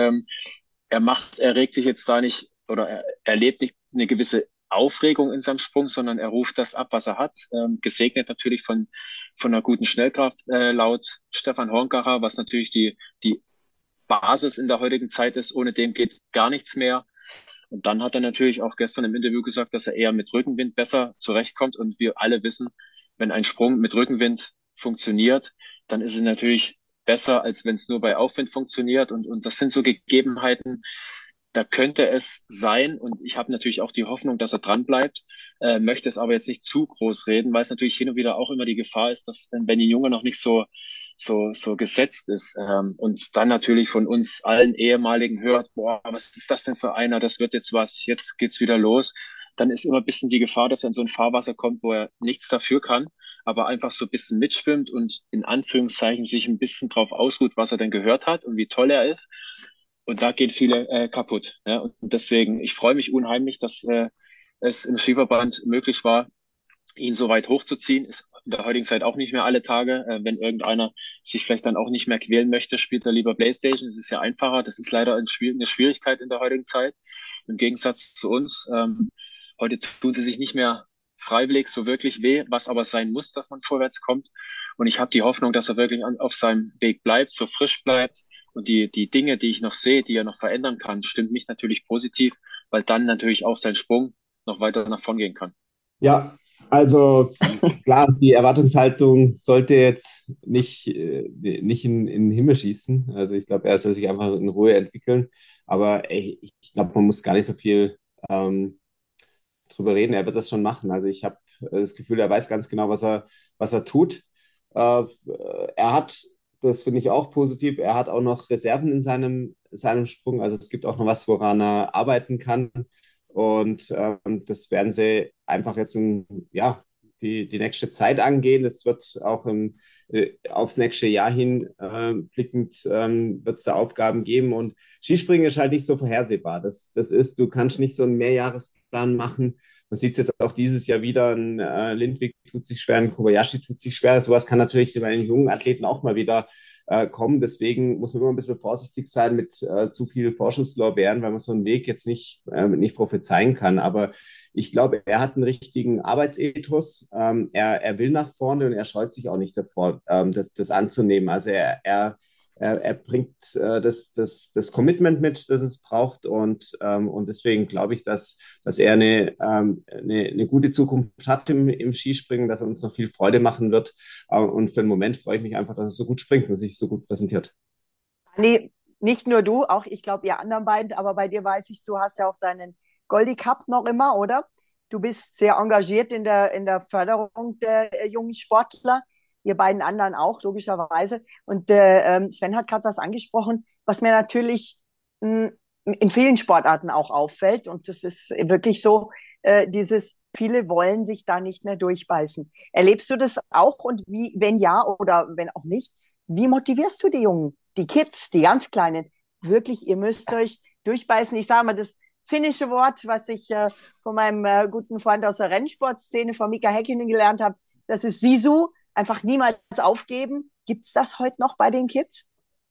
er regt sich jetzt da nicht oder er lebt nicht eine gewisse Aufregung in seinem Sprung, sondern er ruft das ab, was er hat. Gesegnet natürlich von einer guten Schnellkraft, laut Stefan Horngacher, was natürlich die Basis in der heutigen Zeit ist. Ohne dem geht gar nichts mehr. Und dann hat er natürlich auch gestern im Interview gesagt, dass er eher mit Rückenwind besser zurechtkommt. Und wir alle wissen, wenn ein Sprung mit Rückenwind funktioniert, dann ist es natürlich besser, als wenn es nur bei Aufwind funktioniert. Und das sind so Gegebenheiten, da könnte es sein, und ich habe natürlich auch die Hoffnung, dass er dran bleibt, möchte es aber jetzt nicht zu groß reden, weil es natürlich hin und wieder auch immer die Gefahr ist, dass wenn die Junge noch nicht so gesetzt ist und dann natürlich von uns allen ehemaligen hört, boah, was ist das denn für einer, das wird jetzt was, jetzt geht's wieder los, dann ist immer ein bisschen die Gefahr, dass er in so ein Fahrwasser kommt, wo er nichts dafür kann, aber einfach so ein bisschen mitschwimmt und in Anführungszeichen sich ein bisschen drauf ausruht, was er denn gehört hat und wie toll er ist. Und da gehen viele kaputt. Ja? Und deswegen, ich freue mich unheimlich, dass es im Skiverband möglich war, ihn so weit hochzuziehen. Ist in der heutigen Zeit auch nicht mehr alle Tage. Wenn irgendeiner sich vielleicht dann auch nicht mehr quälen möchte, spielt er lieber PlayStation. Das ist ja einfacher. Das ist leider eine Schwierigkeit in der heutigen Zeit. Im Gegensatz zu uns. Heute tun sie sich nicht mehr freiwillig so wirklich weh, was aber sein muss, dass man vorwärts kommt. Und ich habe die Hoffnung, dass er wirklich auf seinem Weg bleibt, so frisch bleibt. Und die Dinge, die ich noch sehe, die er noch verändern kann, stimmt mich natürlich positiv, weil dann natürlich auch sein Sprung noch weiter nach vorn gehen kann. Ja, Also klar, die Erwartungshaltung sollte jetzt nicht in den Himmel schießen. Also ich glaube, er soll sich einfach in Ruhe entwickeln. Aber ich glaube, man muss gar nicht so viel ähm, drüber reden. Er wird das schon machen. Also ich habe das Gefühl, er weiß ganz genau, was er tut. Er hat, das finde ich auch positiv, er hat auch noch Reserven in seinem Sprung. Also es gibt auch noch was, woran er arbeiten kann. Und das werden sie einfach jetzt ja, die nächste Zeit angehen. Das wird auch aufs nächste Jahr hin blickend, wird es da Aufgaben geben. Und Skispringen ist halt nicht so vorhersehbar. Das ist, du kannst nicht so einen Mehrjahresplan machen. Man sieht es jetzt auch dieses Jahr wieder. Ein Lindwig tut sich schwer, ein Kobayashi tut sich schwer. Sowas kann natürlich bei den jungen Athleten auch mal wieder kommen. Deswegen muss man immer ein bisschen vorsichtig sein mit zu viel Vorschusslorbeeren, weil man so einen Weg jetzt nicht prophezeien kann. Aber ich glaube, er hat einen richtigen Arbeitsethos. Er will nach vorne und er scheut sich auch nicht davor, das anzunehmen. Also er bringt das Commitment mit, das es braucht. Und deswegen glaube ich, dass er eine gute Zukunft hat im Skispringen, dass er uns noch viel Freude machen wird. Und für den Moment freue ich mich einfach, dass er so gut springt und sich so gut präsentiert. Nee, nicht nur du, auch ich glaube, ihr anderen beiden, aber bei dir weiß ich, du hast ja auch deinen Goldie Cup noch immer, oder? Du bist sehr engagiert in der Förderung der jungen Sportler, ihr beiden anderen auch, logischerweise. Und Sven hat gerade was angesprochen, was mir natürlich in vielen Sportarten auch auffällt. Und das ist wirklich so, viele wollen sich da nicht mehr durchbeißen. Erlebst du das auch? Und wie, wenn ja oder wenn auch nicht, wie motivierst du die Jungen, die Kids, die ganz Kleinen? Wirklich, ihr müsst euch durchbeißen. Ich sage mal, das finnische Wort, was ich von meinem guten Freund aus der Rennsportszene, von Mika Häkkinen gelernt habe, das ist Sisu, einfach niemals aufgeben. Gibt es das heute noch bei den Kids?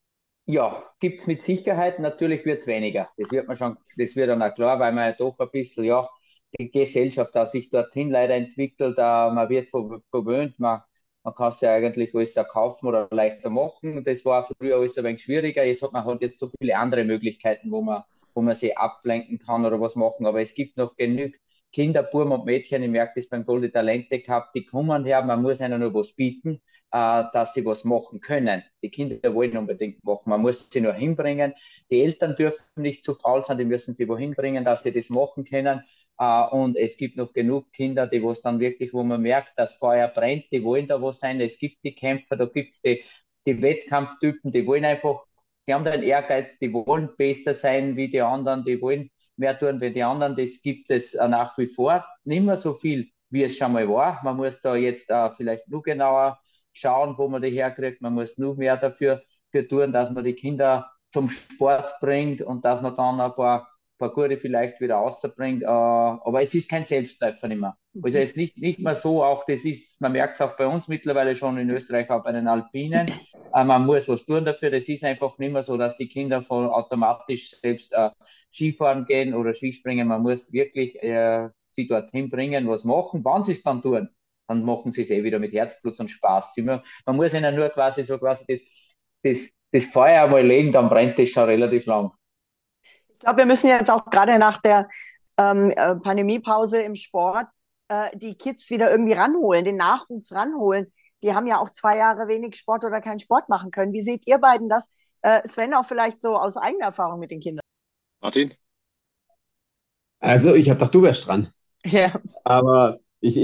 Ja, gibt's mit Sicherheit. Natürlich wird's weniger. Das wird dann auch klar, weil man ja doch ein bisschen, ja, die Gesellschaft auch sich dorthin leider entwickelt. Man wird verwöhnt, man kann es ja eigentlich alles auch kaufen oder leichter machen. Das war früher alles ein wenig schwieriger. Jetzt hat man halt jetzt so viele andere Möglichkeiten, wo man sich ablenken kann oder was machen. Aber es gibt noch genug Kinder, Buben und Mädchen, ich merke das beim Golden Talente Cup, die kommen her, man muss ihnen nur was bieten, dass sie was machen können. Die Kinder wollen unbedingt machen, man muss sie nur hinbringen. Die Eltern dürfen nicht zu faul sein, die müssen sie wohin bringen, dass sie das machen können. Und es gibt noch genug Kinder, die was dann wirklich, wo man merkt, das Feuer brennt, die wollen da was sein. Es gibt die Kämpfer, da gibt es die Wettkampftypen, die wollen einfach, die haben den Ehrgeiz, die wollen besser sein wie die anderen, die wollen mehr tun wie die anderen. Das gibt es nach wie vor. Nicht mehr so viel, wie es schon mal war. Man muss da jetzt vielleicht nur genauer schauen, wo man die herkriegt. Man muss nur mehr dafür tun, dass man die Kinder zum Sport bringt und dass man dann ein paar gute vielleicht wieder rausbringt. Aber es ist kein Selbstläufer nicht mehr. Also es ist nicht mehr so, auch das ist, man merkt es auch bei uns mittlerweile schon in Österreich, auch bei den Alpinen. Man muss was tun dafür. Das ist einfach nicht mehr so, dass die Kinder von automatisch selbst Skifahren gehen oder Skispringen. Man muss wirklich sie dorthin bringen, was machen. Wann sie es dann tun, dann machen sie es eh wieder mit Herzblut und Spaß. Man muss ihnen nur quasi das, das Feuer einmal legen, dann brennt das schon relativ lang. Ich glaube, wir müssen jetzt auch gerade nach der Pandemiepause im Sport die Kids wieder irgendwie ranholen, den Nachwuchs ranholen. Die haben ja auch 2 Jahre wenig Sport oder keinen Sport machen können. Wie seht ihr beiden das? Sven, auch vielleicht so aus eigener Erfahrung mit den Kindern. Martin? Also ich habe gedacht, du wärst dran. Ja. Aber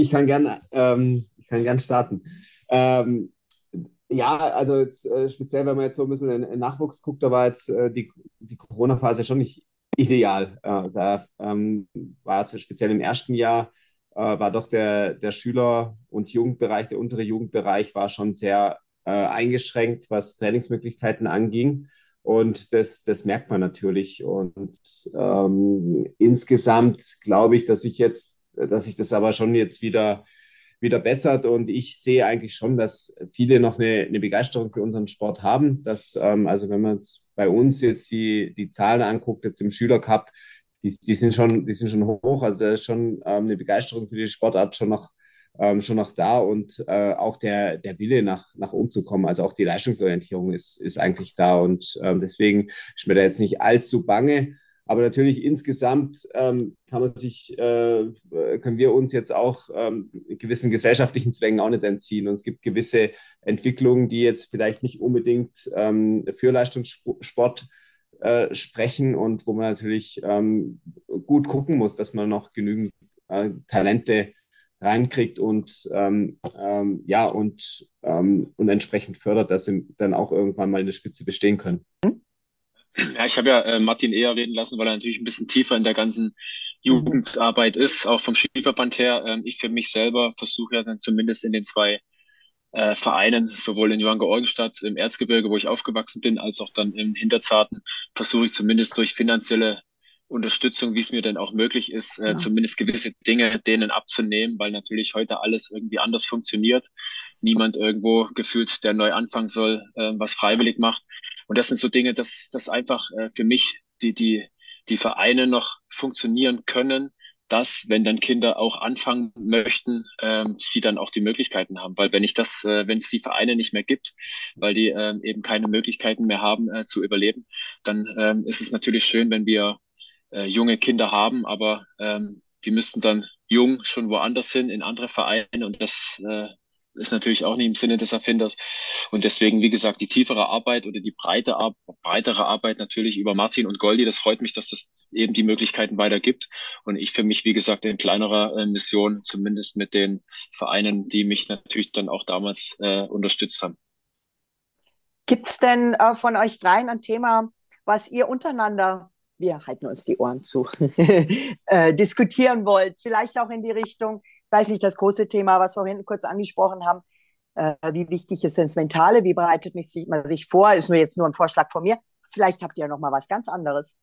ich kann gern starten. Ähm, ja, also jetzt, speziell, wenn man jetzt so ein bisschen in Nachwuchs guckt, da war jetzt die Corona-Phase schon nicht ideal. Da war es speziell im ersten Jahr, war doch der Schüler- und Jugendbereich, der untere Jugendbereich war schon sehr eingeschränkt, was Trainingsmöglichkeiten anging. Und das merkt man natürlich. Und insgesamt glaube ich, dass sich das aber schon jetzt wieder bessert. Und ich sehe eigentlich schon, dass viele noch eine Begeisterung für unseren Sport haben. Also wenn man jetzt bei uns jetzt die Zahlen anguckt, jetzt im Schülercup, die sind schon hoch. Also da ist schon eine Begeisterung für die Sportart schon noch da und auch der Wille nach oben zu kommen, also auch die Leistungsorientierung ist eigentlich da und deswegen ist mir da jetzt nicht allzu bange. Aber natürlich insgesamt können wir uns jetzt auch gewissen gesellschaftlichen Zwängen auch nicht entziehen. Und es gibt gewisse Entwicklungen, die jetzt vielleicht nicht unbedingt für Leistungssport sprechen und wo man natürlich gut gucken muss, dass man noch genügend Talente reinkriegt und entsprechend fördert, dass sie dann auch irgendwann mal in der Spitze bestehen können. Ja, ich habe ja Martin eher reden lassen, weil er natürlich ein bisschen tiefer in der ganzen Mhm. Jugendarbeit ist, auch vom Skiverband her. Ich für mich selber versuche ja dann zumindest in den zwei Vereinen, sowohl in Johanngeorgenstadt im Erzgebirge, wo ich aufgewachsen bin, als auch dann im Hinterzarten, versuche ich zumindest durch finanzielle Unterstützung, wie es mir denn auch möglich ist, Ja. zumindest gewisse Dinge denen abzunehmen, weil natürlich heute alles irgendwie anders funktioniert. Niemand irgendwo gefühlt, der neu anfangen soll, was freiwillig macht. Und das sind so Dinge, dass einfach für mich die Vereine noch funktionieren können, dass, wenn dann Kinder auch anfangen möchten, sie dann auch die Möglichkeiten haben. Weil wenn es die Vereine nicht mehr gibt, weil die eben keine Möglichkeiten mehr haben, zu überleben, dann ist es natürlich schön, wenn wir junge Kinder haben, aber die müssten dann jung schon woanders hin, in andere Vereine und das ist natürlich auch nicht im Sinne des Erfinders. Und deswegen, wie gesagt, die tiefere Arbeit oder die breitere Arbeit natürlich über Martin und Goldi, das freut mich, dass das eben die Möglichkeiten weiter gibt. Und ich für mich, wie gesagt, in kleinerer Mission, zumindest mit den Vereinen, die mich natürlich dann auch damals unterstützt haben. Gibt's denn von euch dreien ein Thema, was ihr untereinander, wir halten uns die Ohren zu, diskutieren wollt? Vielleicht auch in die Richtung, ich weiß nicht, das große Thema, was wir vorhin kurz angesprochen haben, wie wichtig ist denn das Mentale, wie bereitet man sich vor? Ist nur jetzt nur ein Vorschlag von mir. Vielleicht habt ihr ja noch mal was ganz anderes.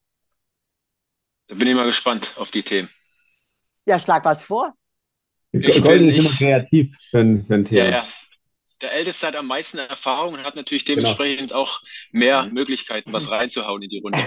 Da bin ich mal gespannt auf die Themen. Ja, schlag was vor. Goldi ist immer Ich, kreativ für ein ja, Thema. ja, der Älteste hat am meisten Erfahrung und hat natürlich Genau. dementsprechend auch mehr Möglichkeiten, was reinzuhauen in die Runde.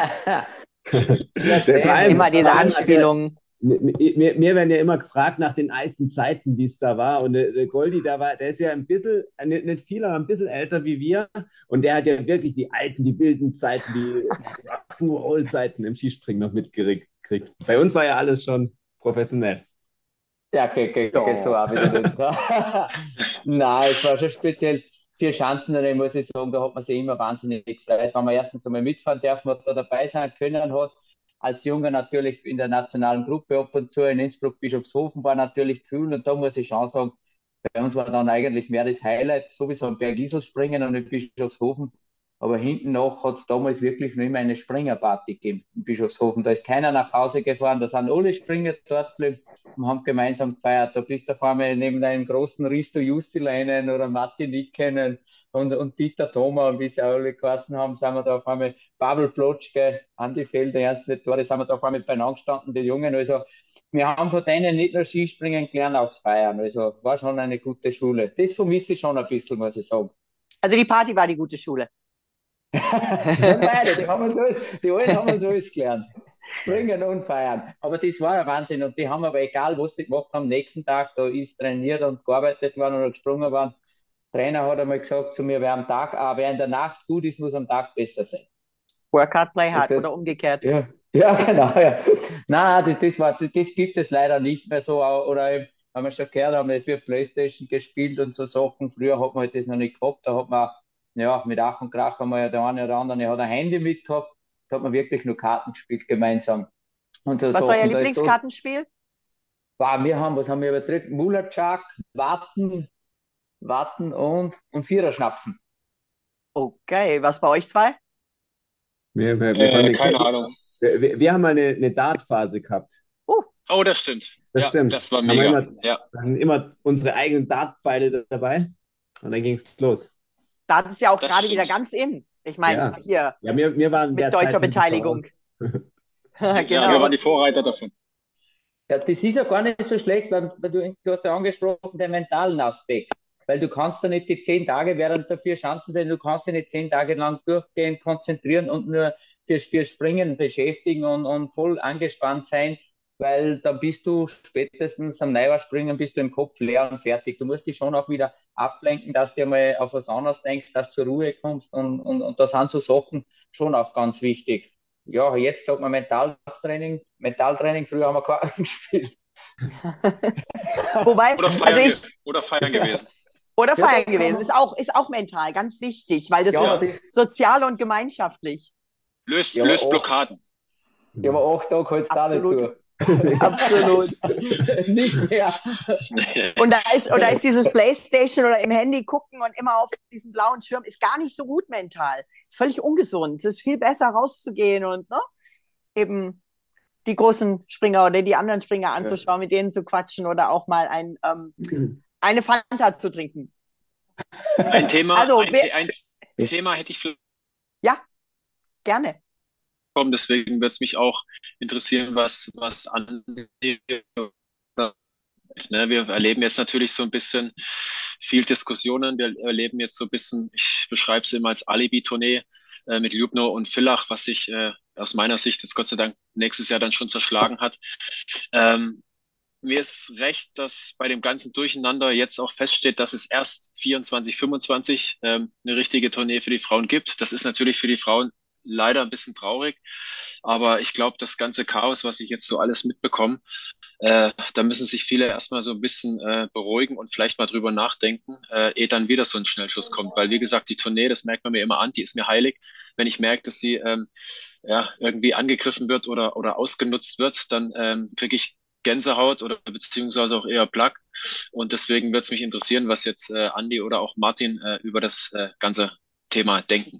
Ja, Vor allem, Immer diese vor allem hat er, Anspielungen. mir werden ja immer gefragt nach den alten Zeiten, wie es da war. Und der Goldi, der ist ja ein bisschen, nicht viel, aber ein bisschen älter wie wir. Und der hat ja wirklich die wilden Zeiten, die Rock'n'Roll-Zeiten im Skispringen noch mitgekriegt. Bei uns war ja alles schon professionell. Ja, so Ja. auch wieder nicht. Nein, es war schon speziell. Vier Schanzen, muss ich sagen, da hat man sich immer wahnsinnig gefreut, wenn man erstens einmal mitfahren darf, man da dabei sein können hat. Als Junge natürlich in der nationalen Gruppe ab und zu in Innsbruck, Bischofshofen war natürlich cool und da muss ich schon sagen, bei uns war dann eigentlich mehr das Highlight, sowieso am Bergisel springen und in Bischofshofen. Aber hinten noch hat es damals wirklich nur immer eine Springerparty gegeben in Bischofshofen. Da ist keiner nach Hause gefahren, da sind alle Springer dort geblieben und haben gemeinsam gefeiert. Da bist du auf einmal neben einem großen Risto Jussileinen oder Martin Nikkenen und Dieter Thoma und wie sie alle geheißen haben, sind wir da auf einmal Babel Plotschke, Andi Felder, Ernst Tore, sind wir da auf einmal beieinander gestanden, die Jungen. Also wir haben von denen nicht nur Skispringen gelernt, auch das Feiern. Also war schon eine gute Schule. Das vermisse ich schon ein bisschen, muss ich sagen. Also die Party war die gute Schule. Ja, beide, die allen haben uns alles gelernt. Springen und feiern. Aber das war ja Wahnsinn. Und die haben aber, egal was sie gemacht haben, nächsten Tag, da ist trainiert und gearbeitet worden oder gesprungen worden. Der Trainer hat einmal gesagt zu mir, wer in der Nacht gut ist, muss am Tag besser sein. Work hard, play hard Also, oder umgekehrt. ja, ja, genau, ja. Nein, das gibt es leider nicht mehr so. Oder eben, wenn wir schon gehört haben, es wird PlayStation gespielt und so Sachen. Früher hat man halt das noch nicht gehabt. Da hat man, ja, mit Ach und Krach haben wir ja der eine oder andere, hat ein Handy mit gehabt. Da hat man wirklich nur Karten gespielt gemeinsam. Und so Was war euer Sachen. Da ist so, Lieblingskartenspiel? was haben wir übertrieben? Mullerchak, Warten und Viererschnapsen. Okay, was bei euch zwei? Keine Ahnung. Wir haben mal eine Dartphase gehabt. Oh, das stimmt. Das Ja, stimmt. das war Haben wir mega. immer, Ja, hatten immer unsere eigenen Dartpfeile dabei und dann ging es los. Da ist ja auch das gerade wieder stimmt. ganz in. Ich meine, Ja, hier ja wir waren in mit der deutscher Zeit schon Beteiligung. voraus. Ja, wir Genau. waren die Vorreiter davon. Ja, das ist ja gar nicht so schlecht, weil du hast ja angesprochen, den mentalen Aspekt. Weil du kannst ja nicht die 10 Tage während der vier Schanzen, denn du kannst dich nicht 10 Tage lang durchgehend konzentrieren und nur für Springen beschäftigen und voll angespannt sein, weil dann bist du spätestens am Neujahrspringen bist du im Kopf leer und fertig. Du musst dich schon auch wieder ablenken, dass du mal auf was anderes denkst, dass du zur Ruhe kommst und da sind so Sachen schon auch ganz wichtig. ja, jetzt sagt man Mentaltraining. Mentaltraining, früher haben wir keinen gespielt. Wobei, also Oder feiern gewesen. oder Ja, feiern da kann gewesen, man, ist auch mental, ganz wichtig, weil das ja, ist das, sozial und gemeinschaftlich. ja, Löst Blockaden. aber 8 Tage hältst du auch nicht Absolut, durch. absolut. Nicht mehr. Und da ist dieses Playstation oder im Handy gucken und immer auf diesem blauen Schirm ist gar nicht so gut mental. Ist völlig ungesund. Es ist viel besser rauszugehen und ne, eben die großen Springer oder die anderen Springer anzuschauen, mit denen zu quatschen oder auch mal eine Fanta zu trinken. Ein Thema, Also, ein Thema hätte ich vielleicht ja, gerne. bekommen, deswegen wird es mich auch interessieren, was Andi. Ne, wir erleben jetzt natürlich so ein bisschen viel Diskussionen. Wir erleben jetzt so ein bisschen, ich beschreibe es immer als Alibi-Tournee mit Ljubno und Villach, was sich aus meiner Sicht jetzt Gott sei Dank nächstes Jahr dann schon zerschlagen hat. Ähm, Mir ist recht, dass bei dem ganzen Durcheinander jetzt auch feststeht, dass es erst 24, 25 eine richtige Tournee für die Frauen gibt. Das ist natürlich für die Frauen leider ein bisschen traurig, aber ich glaube, das ganze Chaos, was ich jetzt so alles mitbekomme, da müssen sich viele erstmal so ein bisschen beruhigen und vielleicht mal drüber nachdenken, ehe dann wieder so ein Schnellschuss kommt. Weil, wie gesagt, die Tournee, das merkt man mir immer an, die ist mir heilig. Wenn ich merke, dass sie ja, irgendwie angegriffen wird oder ausgenutzt wird, dann kriege ich Gänsehaut oder beziehungsweise auch eher Plaque. Und deswegen würde es mich interessieren, was jetzt Andi oder auch Martin über das ganze Thema denken.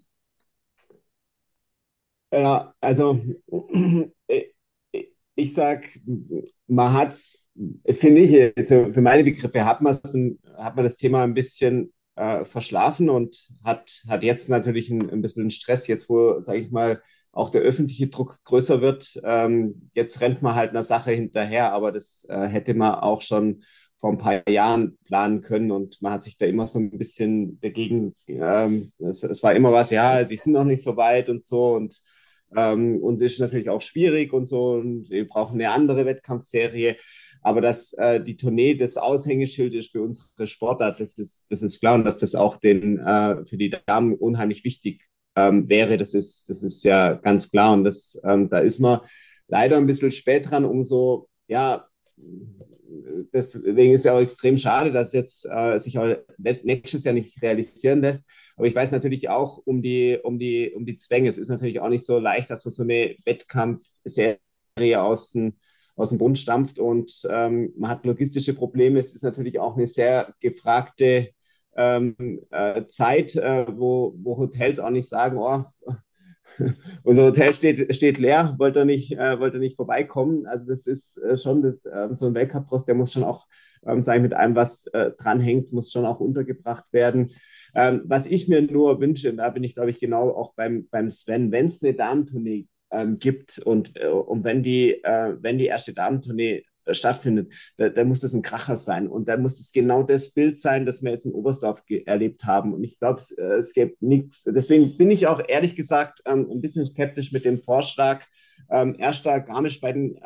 Ja, also äh, ich sag, man hat's, finde ich, jetzt für meine Begriffe hat man das Thema ein bisschen verschlafen und hat jetzt natürlich ein bisschen Stress, jetzt wo, sage ich mal, auch der öffentliche Druck größer wird. Jetzt rennt man halt einer Sache hinterher, aber das hätte man auch schon vor ein paar Jahren planen können und man hat sich da immer so ein bisschen dagegen, es war immer was, ja, die sind noch nicht so weit und so und ist natürlich auch schwierig und so. Und wir brauchen eine andere Wettkampfserie. Aber dass die Tournee das Aushängeschild ist für unsere Sportart, das ist klar. Und dass das auch für die Damen unheimlich wichtig wäre, das ist ja ganz klar. Und da ist man leider ein bisschen spät dran, ja, deswegen ist es ja auch extrem schade, dass jetzt sich auch nächstes Jahr nicht realisieren lässt. Aber ich weiß natürlich auch um die Zwänge. Es ist natürlich auch nicht so leicht, dass man so eine Wettkampfserie aus dem Bund stampft und man hat logistische Probleme. Es ist natürlich auch eine sehr gefragte Zeit, wo Hotels auch nicht sagen, oh, unser Hotel steht leer, wollte nicht vorbeikommen. Also das ist schon so ein Weltcup-Trost, der muss schon auch, sagen mit allem, was dranhängt, muss schon auch untergebracht werden. Was ich mir nur wünsche, und da bin ich, glaube ich, genau auch beim Sven, wenn es eine Damentournee gibt und wenn die erste Damentournee stattfindet, da muss das ein Kracher sein. Und da muss es genau das Bild sein, das wir jetzt in Oberstdorf erlebt haben. Und ich glaube, es gibt nichts. Deswegen bin ich auch ehrlich gesagt ein bisschen skeptisch mit dem Vorschlag, erster Garmisch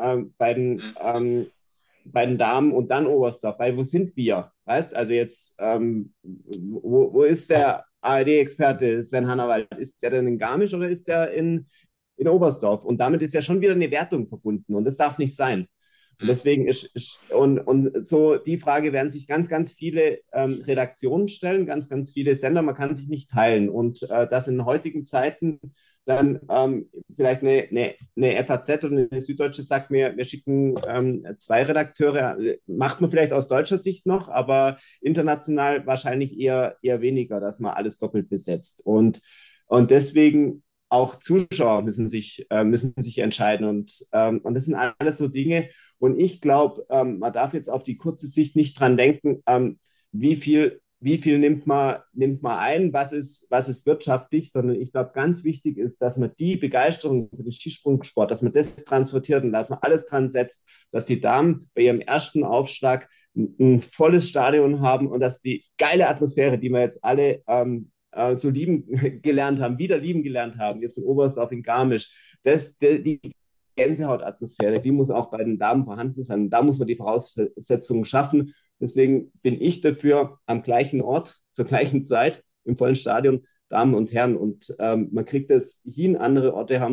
bei den Damen und dann Oberstdorf. Weil wo sind wir? Weißt also jetzt, wo ist der ARD-Experte Sven Hannawald? Ist der denn in Garmisch oder ist er in Oberstdorf? Und damit ist ja schon wieder eine Wertung verbunden. Und das darf nicht sein. Und deswegen und so die Frage werden sich ganz viele Redaktionen stellen, ganz viele Sender. Man kann sich nicht teilen. Und das in heutigen Zeiten dann vielleicht eine FAZ oder eine Süddeutsche sagt mir, wir schicken zwei Redakteure, macht man vielleicht aus deutscher Sicht noch, aber international wahrscheinlich eher weniger, dass man alles doppelt besetzt. Und deswegen auch Zuschauer müssen sich entscheiden. Und das sind alles so Dinge. Und ich glaube, man darf jetzt auf die kurze Sicht nicht dran denken, wie viel nimmt man ein, was ist wirtschaftlich, sondern ich glaube, ganz wichtig ist, dass man die Begeisterung für den Skisprungsport, dass man das transportiert und dass man alles dran setzt, dass die Damen bei ihrem ersten Aufschlag ein volles Stadion haben und dass die geile Atmosphäre, die wir jetzt alle so lieben gelernt haben, wieder lieben gelernt haben, jetzt in Oberstdorf, in Garmisch, die Gänsehautatmosphäre, die muss auch bei den Damen vorhanden sein. Da muss man die Voraussetzungen schaffen. Deswegen bin ich dafür am gleichen Ort, zur gleichen Zeit, im vollen Stadion, Damen und Herren. Und man kriegt das hin, andere Orte haben es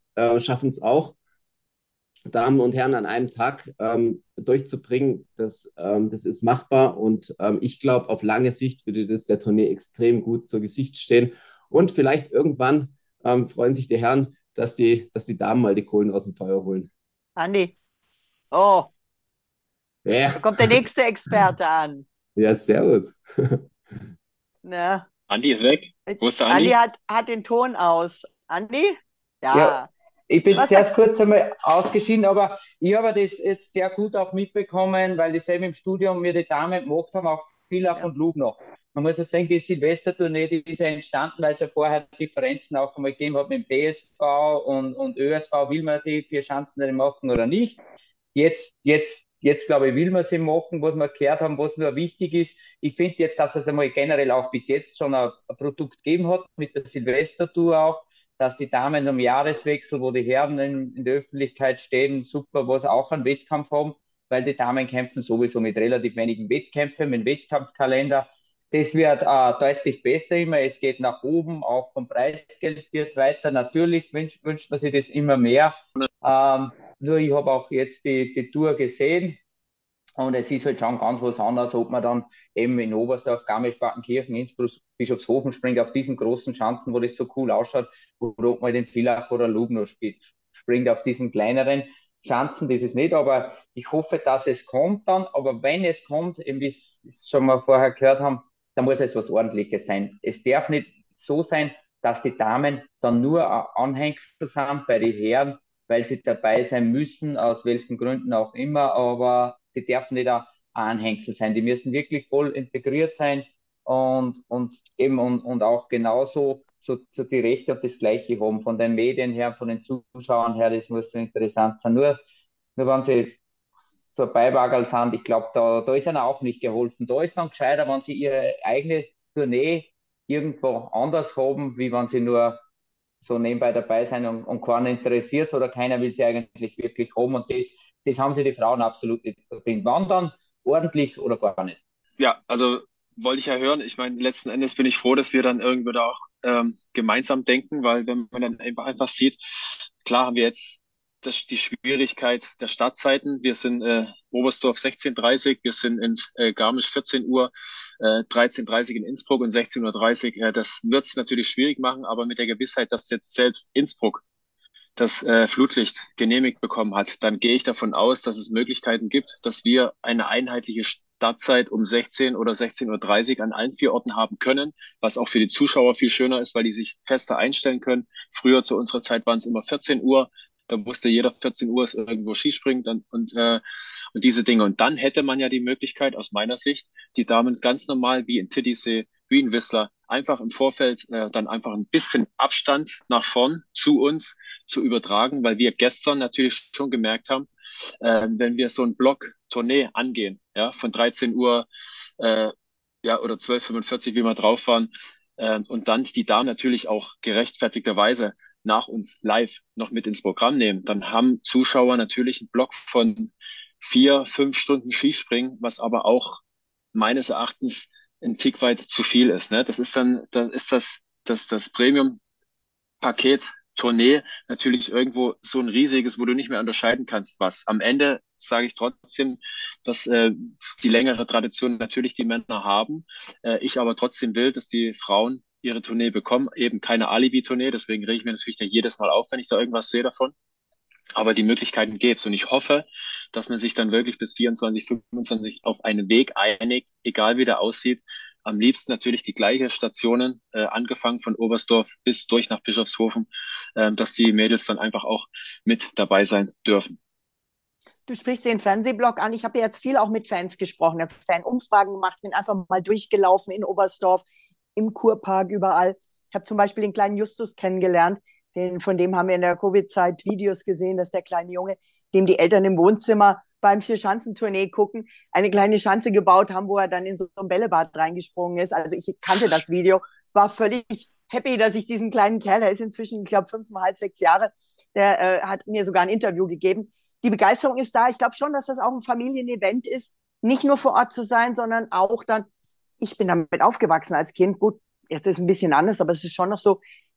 schaffen es auch, Damen und Herren an einem Tag durchzubringen. Das ist machbar und ich glaube, auf lange Sicht würde das der Tournee extrem gut zu Gesicht stehen. Und vielleicht irgendwann freuen sich die Herren, dass die Damen mal die Kohlen aus dem Feuer holen. Andi, oh, da Ja, kommt der nächste Experte an. ja, servus. Ne? Andi ist weg. Wo ist der Andi Andi? hat den Ton aus. Andi? Ja, Ja. ich bin Was zuerst sagst kurz einmal ausgeschieden, aber ich habe das jetzt sehr gut auch mitbekommen, weil ich selber im Studium mir die Damen gemacht haben, auch Villach ja. und Lugno. Man muss ja sagen, die Silvestertournee, die ist ja entstanden, weil es ja vorher Differenzen auch einmal gegeben hat mit dem DSV und ÖSV, will man die vier Schanzen machen oder nicht. Jetzt glaube ich, will man sie machen, was wir gehört haben, was nur wichtig ist. Ich finde jetzt, dass es einmal generell auch bis jetzt schon ein Produkt gegeben hat, mit der Silvestertour auch, dass die Damen am Jahreswechsel, wo die Herren in der Öffentlichkeit stehen, super, was auch einen Wettkampf haben, weil die Damen kämpfen sowieso mit relativ wenigen Wettkämpfen, mit dem Wettkampfkalender. Das wird deutlich besser immer. Es geht nach oben, auch vom Preisgeld wird weiter. Natürlich wünscht man sich das immer mehr. Nur ich habe auch jetzt die Tour gesehen und es ist halt schon ganz was anderes, ob man dann eben in Oberstdorf, Garmisch-Partenkirchen, Innsbruck, Bischofshofen springt, auf diesen großen Schanzen, wo das so cool ausschaut, oder ob man den Villach oder Lugno springt auf diesen kleineren Schanzen, das ist nicht, aber ich hoffe, dass es kommt dann, aber wenn es kommt, eben wie es schon mal vorher gehört haben, dann muss es was Ordentliches sein. Es darf nicht so sein, dass die Damen dann nur Anhängsel sind bei den Herren, weil sie dabei sein müssen, aus welchen Gründen auch immer, aber die dürfen nicht ein Anhängsel sein. Die müssen wirklich voll integriert sein und auch genauso so die Rechte und das Gleiche haben. Von den Medien her, von den Zuschauern her, das muss so interessant sein. Nur wenn sie so Beiwagerl sind, ich glaube, da ist ihnen auch nicht geholfen. Da ist dann gescheiter, wenn sie ihre eigene Tournee irgendwo anders haben, wie wenn sie nur so nebenbei dabei sein und keiner interessiert oder keiner will sie eigentlich wirklich haben. Und das haben sie die Frauen absolut nicht verdient. Wandern ordentlich oder gar nicht. Ja, also wollte ich ja hören. Ich meine, letzten Endes bin ich froh, dass wir dann irgendwie da auch gemeinsam denken, weil wenn man dann einfach sieht, klar haben wir jetzt die Schwierigkeit der Startzeiten. Wir sind Oberstdorf 16:30, wir sind in Garmisch 14 Uhr, 13:30 in Innsbruck und 16:30 Uhr. Das wird es natürlich schwierig machen, aber mit der Gewissheit, dass jetzt selbst Innsbruck das Flutlicht genehmigt bekommen hat, dann gehe ich davon aus, dass es Möglichkeiten gibt, dass wir eine einheitliche Startzeit um 16 oder 16:30 Uhr an allen 4 Orten haben können, was auch für die Zuschauer viel schöner ist, weil die sich fester einstellen können. Früher zu unserer Zeit waren es immer 14 Uhr. Da wusste jeder, 14 Uhr ist irgendwo Skispringen und diese Dinge. Und dann hätte man ja die Möglichkeit, aus meiner Sicht, die Damen ganz normal wie in Titisee, wie in Whistler, einfach im Vorfeld dann einfach ein bisschen Abstand nach vorn zu uns zu übertragen, weil wir gestern natürlich schon gemerkt haben, wenn wir so einen Block Tournee angehen, ja, von 13 Uhr ja, oder 12:45, wie wir drauf waren, und dann die Damen natürlich auch gerechtfertigterweise nach uns live noch mit ins Programm nehmen, dann haben Zuschauer natürlich einen Block von 4, 5 Stunden Skispringen, was aber auch meines Erachtens ein Tick weit zu viel ist. Ne? Das ist dann, da ist das Premium Paket Tournee natürlich irgendwo so ein riesiges, wo du nicht mehr unterscheiden kannst, was. Am Ende sage ich trotzdem, dass die längere Tradition natürlich die Männer haben. Ich aber trotzdem will, dass die Frauen ihre Tournee bekommen, eben keine Alibi-Tournee. Deswegen rege ich mir natürlich da jedes Mal auf, wenn ich da irgendwas sehe davon. Aber die Möglichkeiten gäbe es. Und ich hoffe, dass man sich dann wirklich bis 24, 25 auf einen Weg einigt, egal wie der aussieht. Am liebsten natürlich die gleiche Stationen, angefangen von Oberstdorf bis durch nach Bischofshofen, dass die Mädels dann einfach auch mit dabei sein dürfen. Du sprichst den Fernsehblog an. Ich habe ja jetzt viel auch mit Fans gesprochen, ich habe Fanumfragen gemacht, bin einfach mal durchgelaufen in Oberstdorf, im Kurpark, überall. Ich habe zum Beispiel den kleinen Justus kennengelernt. Von dem haben wir in der Covid-Zeit Videos gesehen, dass der kleine Junge, dem die Eltern im Wohnzimmer beim Vier-Schanzentournee gucken, eine kleine Schanze gebaut haben, wo er dann in so ein Bällebad reingesprungen ist. Also ich kannte das Video, war völlig happy, dass ich diesen kleinen Kerl, er ist inzwischen, ich glaube, 5,5, 6 Jahre, der hat mir sogar ein Interview gegeben. Die Begeisterung ist da. Ich glaube schon, dass das auch ein Familienevent ist, nicht nur vor Ort zu sein, sondern auch dann, ich bin damit aufgewachsen als Kind. Gut, jetzt ist es ein bisschen anders, aber es ist schon noch so,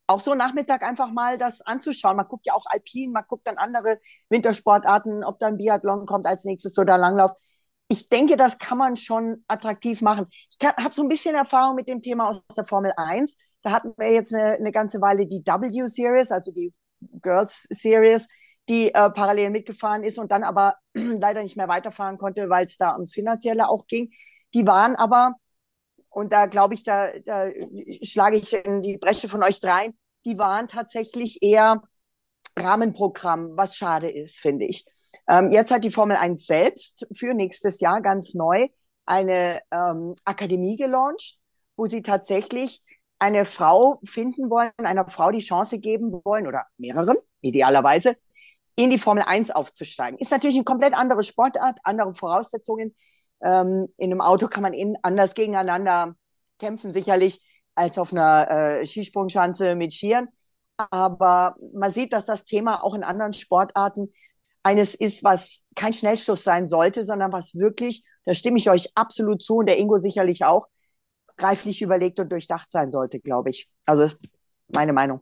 auch so Nachmittag einfach mal das anzuschauen. Man guckt ja auch Alpin, man guckt dann andere Wintersportarten, ob dann Biathlon kommt als nächstes oder Langlauf. Ich denke, das kann man schon attraktiv machen. Ich habe so ein bisschen Erfahrung mit dem Thema aus der Formel 1. Da hatten wir jetzt eine ganze Weile die W-Series, also die Girls Series, die parallel mitgefahren ist und dann aber leider nicht mehr weiterfahren konnte, weil es da ums Finanzielle auch ging. Die waren aber, und da glaube ich, da schlage ich in die Bresche von euch dreien, die waren tatsächlich eher Rahmenprogramm, was schade ist, finde ich. Jetzt hat die Formel 1 selbst für nächstes Jahr ganz neu eine Akademie gelauncht, wo sie tatsächlich eine Frau finden wollen, einer Frau die Chance geben wollen oder mehreren, idealerweise, in die Formel 1 aufzusteigen. Ist natürlich eine komplett andere Sportart, andere Voraussetzungen. In einem Auto kann man anders gegeneinander kämpfen, sicherlich, als auf einer Skisprungschanze mit Skiern. Aber man sieht, dass das Thema auch in anderen Sportarten eines ist, was kein Schnellschuss sein sollte, sondern was wirklich, da stimme ich euch absolut zu und der Ingo sicherlich auch, reiflich überlegt und durchdacht sein sollte, glaube ich. Also meine Meinung.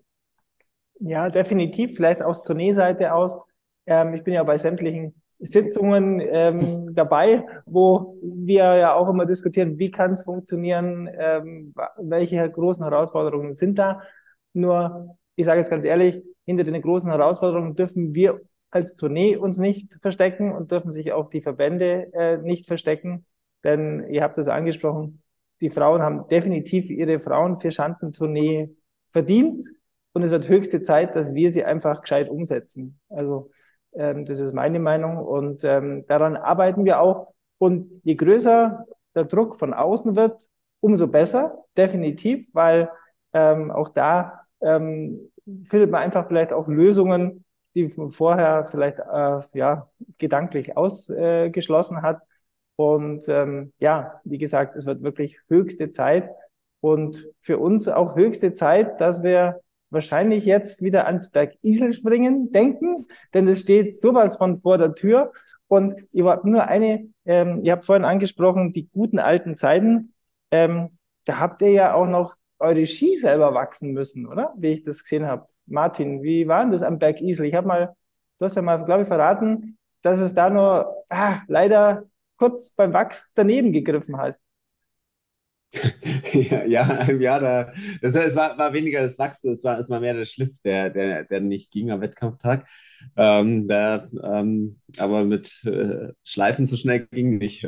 Ja, definitiv. Vielleicht aus Tourneeseite aus. Ich bin ja bei sämtlichen Sitzungen dabei, wo wir ja auch immer diskutieren, wie kann es funktionieren, welche großen Herausforderungen sind da. Nur, ich sage jetzt ganz ehrlich, hinter den großen Herausforderungen dürfen wir als Tournee uns nicht verstecken und dürfen sich auch die Verbände nicht verstecken. Denn ihr habt es angesprochen, die Frauen haben definitiv ihre Frauen-Vierschanzentournee verdient. Und es wird höchste Zeit, dass wir sie einfach gescheit umsetzen. Also das ist meine Meinung und daran arbeiten wir auch. Und je größer der Druck von außen wird, umso besser, definitiv, weil auch da findet man einfach vielleicht auch Lösungen, die man vorher vielleicht ja gedanklich ausgeschlossen hat. Und ja, wie gesagt, es wird wirklich höchste Zeit und für uns auch höchste Zeit, dass wir wahrscheinlich jetzt wieder ans Bergisel springen denken, denn es steht sowas von vor der Tür. Und ihr habt nur ihr habt vorhin angesprochen, die guten alten Zeiten. Da habt ihr ja auch noch eure Ski selber wachsen müssen, oder? Wie ich das gesehen habe. Martin, wie war denn das am Bergisel? Du hast ja mal, glaube ich, verraten, dass es da nur leider kurz beim Wachs daneben gegriffen hast. Ja, es war weniger das Wachsen, es war mehr der Schliff, der nicht ging am Wettkampftag. Aber mit Schleifen so schnell ging nicht.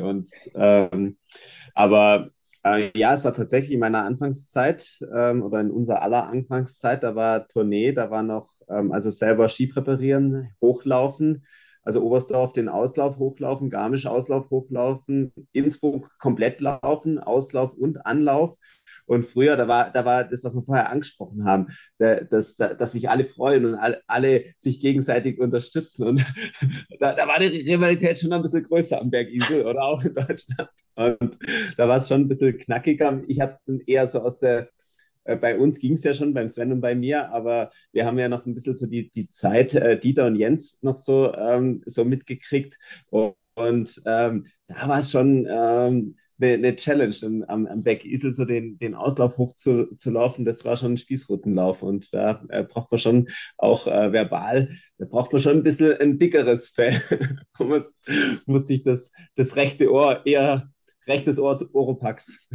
Aber ja, es war tatsächlich in meiner Anfangszeit oder in unserer aller Anfangszeit, da war Tournee, da war noch also selber Ski präparieren, hochlaufen. Also Oberstdorf den Auslauf hochlaufen, Garmisch Auslauf hochlaufen, Innsbruck komplett laufen, Auslauf und Anlauf. Und früher, da war das, was wir vorher angesprochen haben, dass sich alle freuen und alle sich gegenseitig unterstützen. Und da war die Rivalität schon ein bisschen größer am Bergisel oder auch in Deutschland. Und da war es schon ein bisschen knackiger. Ich habe es dann eher so bei uns ging es ja schon, beim Sven und bei mir, aber wir haben ja noch ein bisschen so die Zeit, Dieter und Jens noch so mitgekriegt. Da war es schon eine Challenge, am Bergisel so den Auslauf hoch zu laufen. Das war schon ein Spießrutenlauf und da braucht man schon auch verbal, da braucht man schon ein bisschen ein dickeres Fell. Man muss sich das rechte Ohr eher rechtes Ohr Oropax.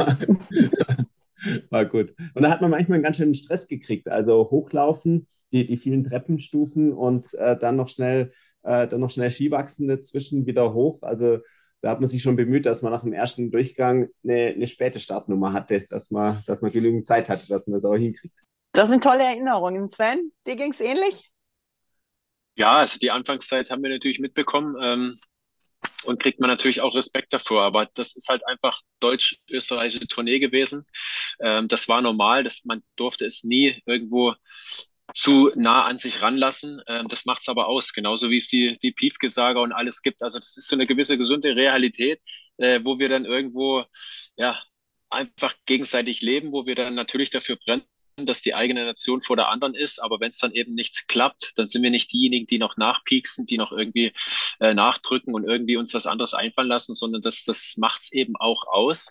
War gut. Und da hat man manchmal einen ganz schönen Stress gekriegt. Also hochlaufen, die vielen Treppenstufen und dann noch schnell Skiwachsen dazwischen wieder hoch. Also da hat man sich schon bemüht, dass man nach dem ersten Durchgang eine späte Startnummer hatte, dass man genügend Zeit hatte, dass man das auch hinkriegt. Das sind tolle Erinnerungen. Sven, dir ging es ähnlich? Ja, also die Anfangszeit haben wir natürlich mitbekommen. Und kriegt man natürlich auch Respekt davor. Aber das ist halt einfach deutsch-österreichische Tournee gewesen. Das war normal, man durfte es nie irgendwo zu nah an sich ranlassen. Das macht's aber aus, genauso wie es die Piefke-Saga und alles gibt. Also das ist so eine gewisse gesunde Realität, wo wir dann irgendwo ja einfach gegenseitig leben, wo wir dann natürlich dafür brennen, dass die eigene Nation vor der anderen ist, aber wenn es dann eben nicht klappt, dann sind wir nicht diejenigen, die noch nachpieksen, die noch irgendwie nachdrücken und irgendwie uns was anderes einfallen lassen, sondern das macht's eben auch aus.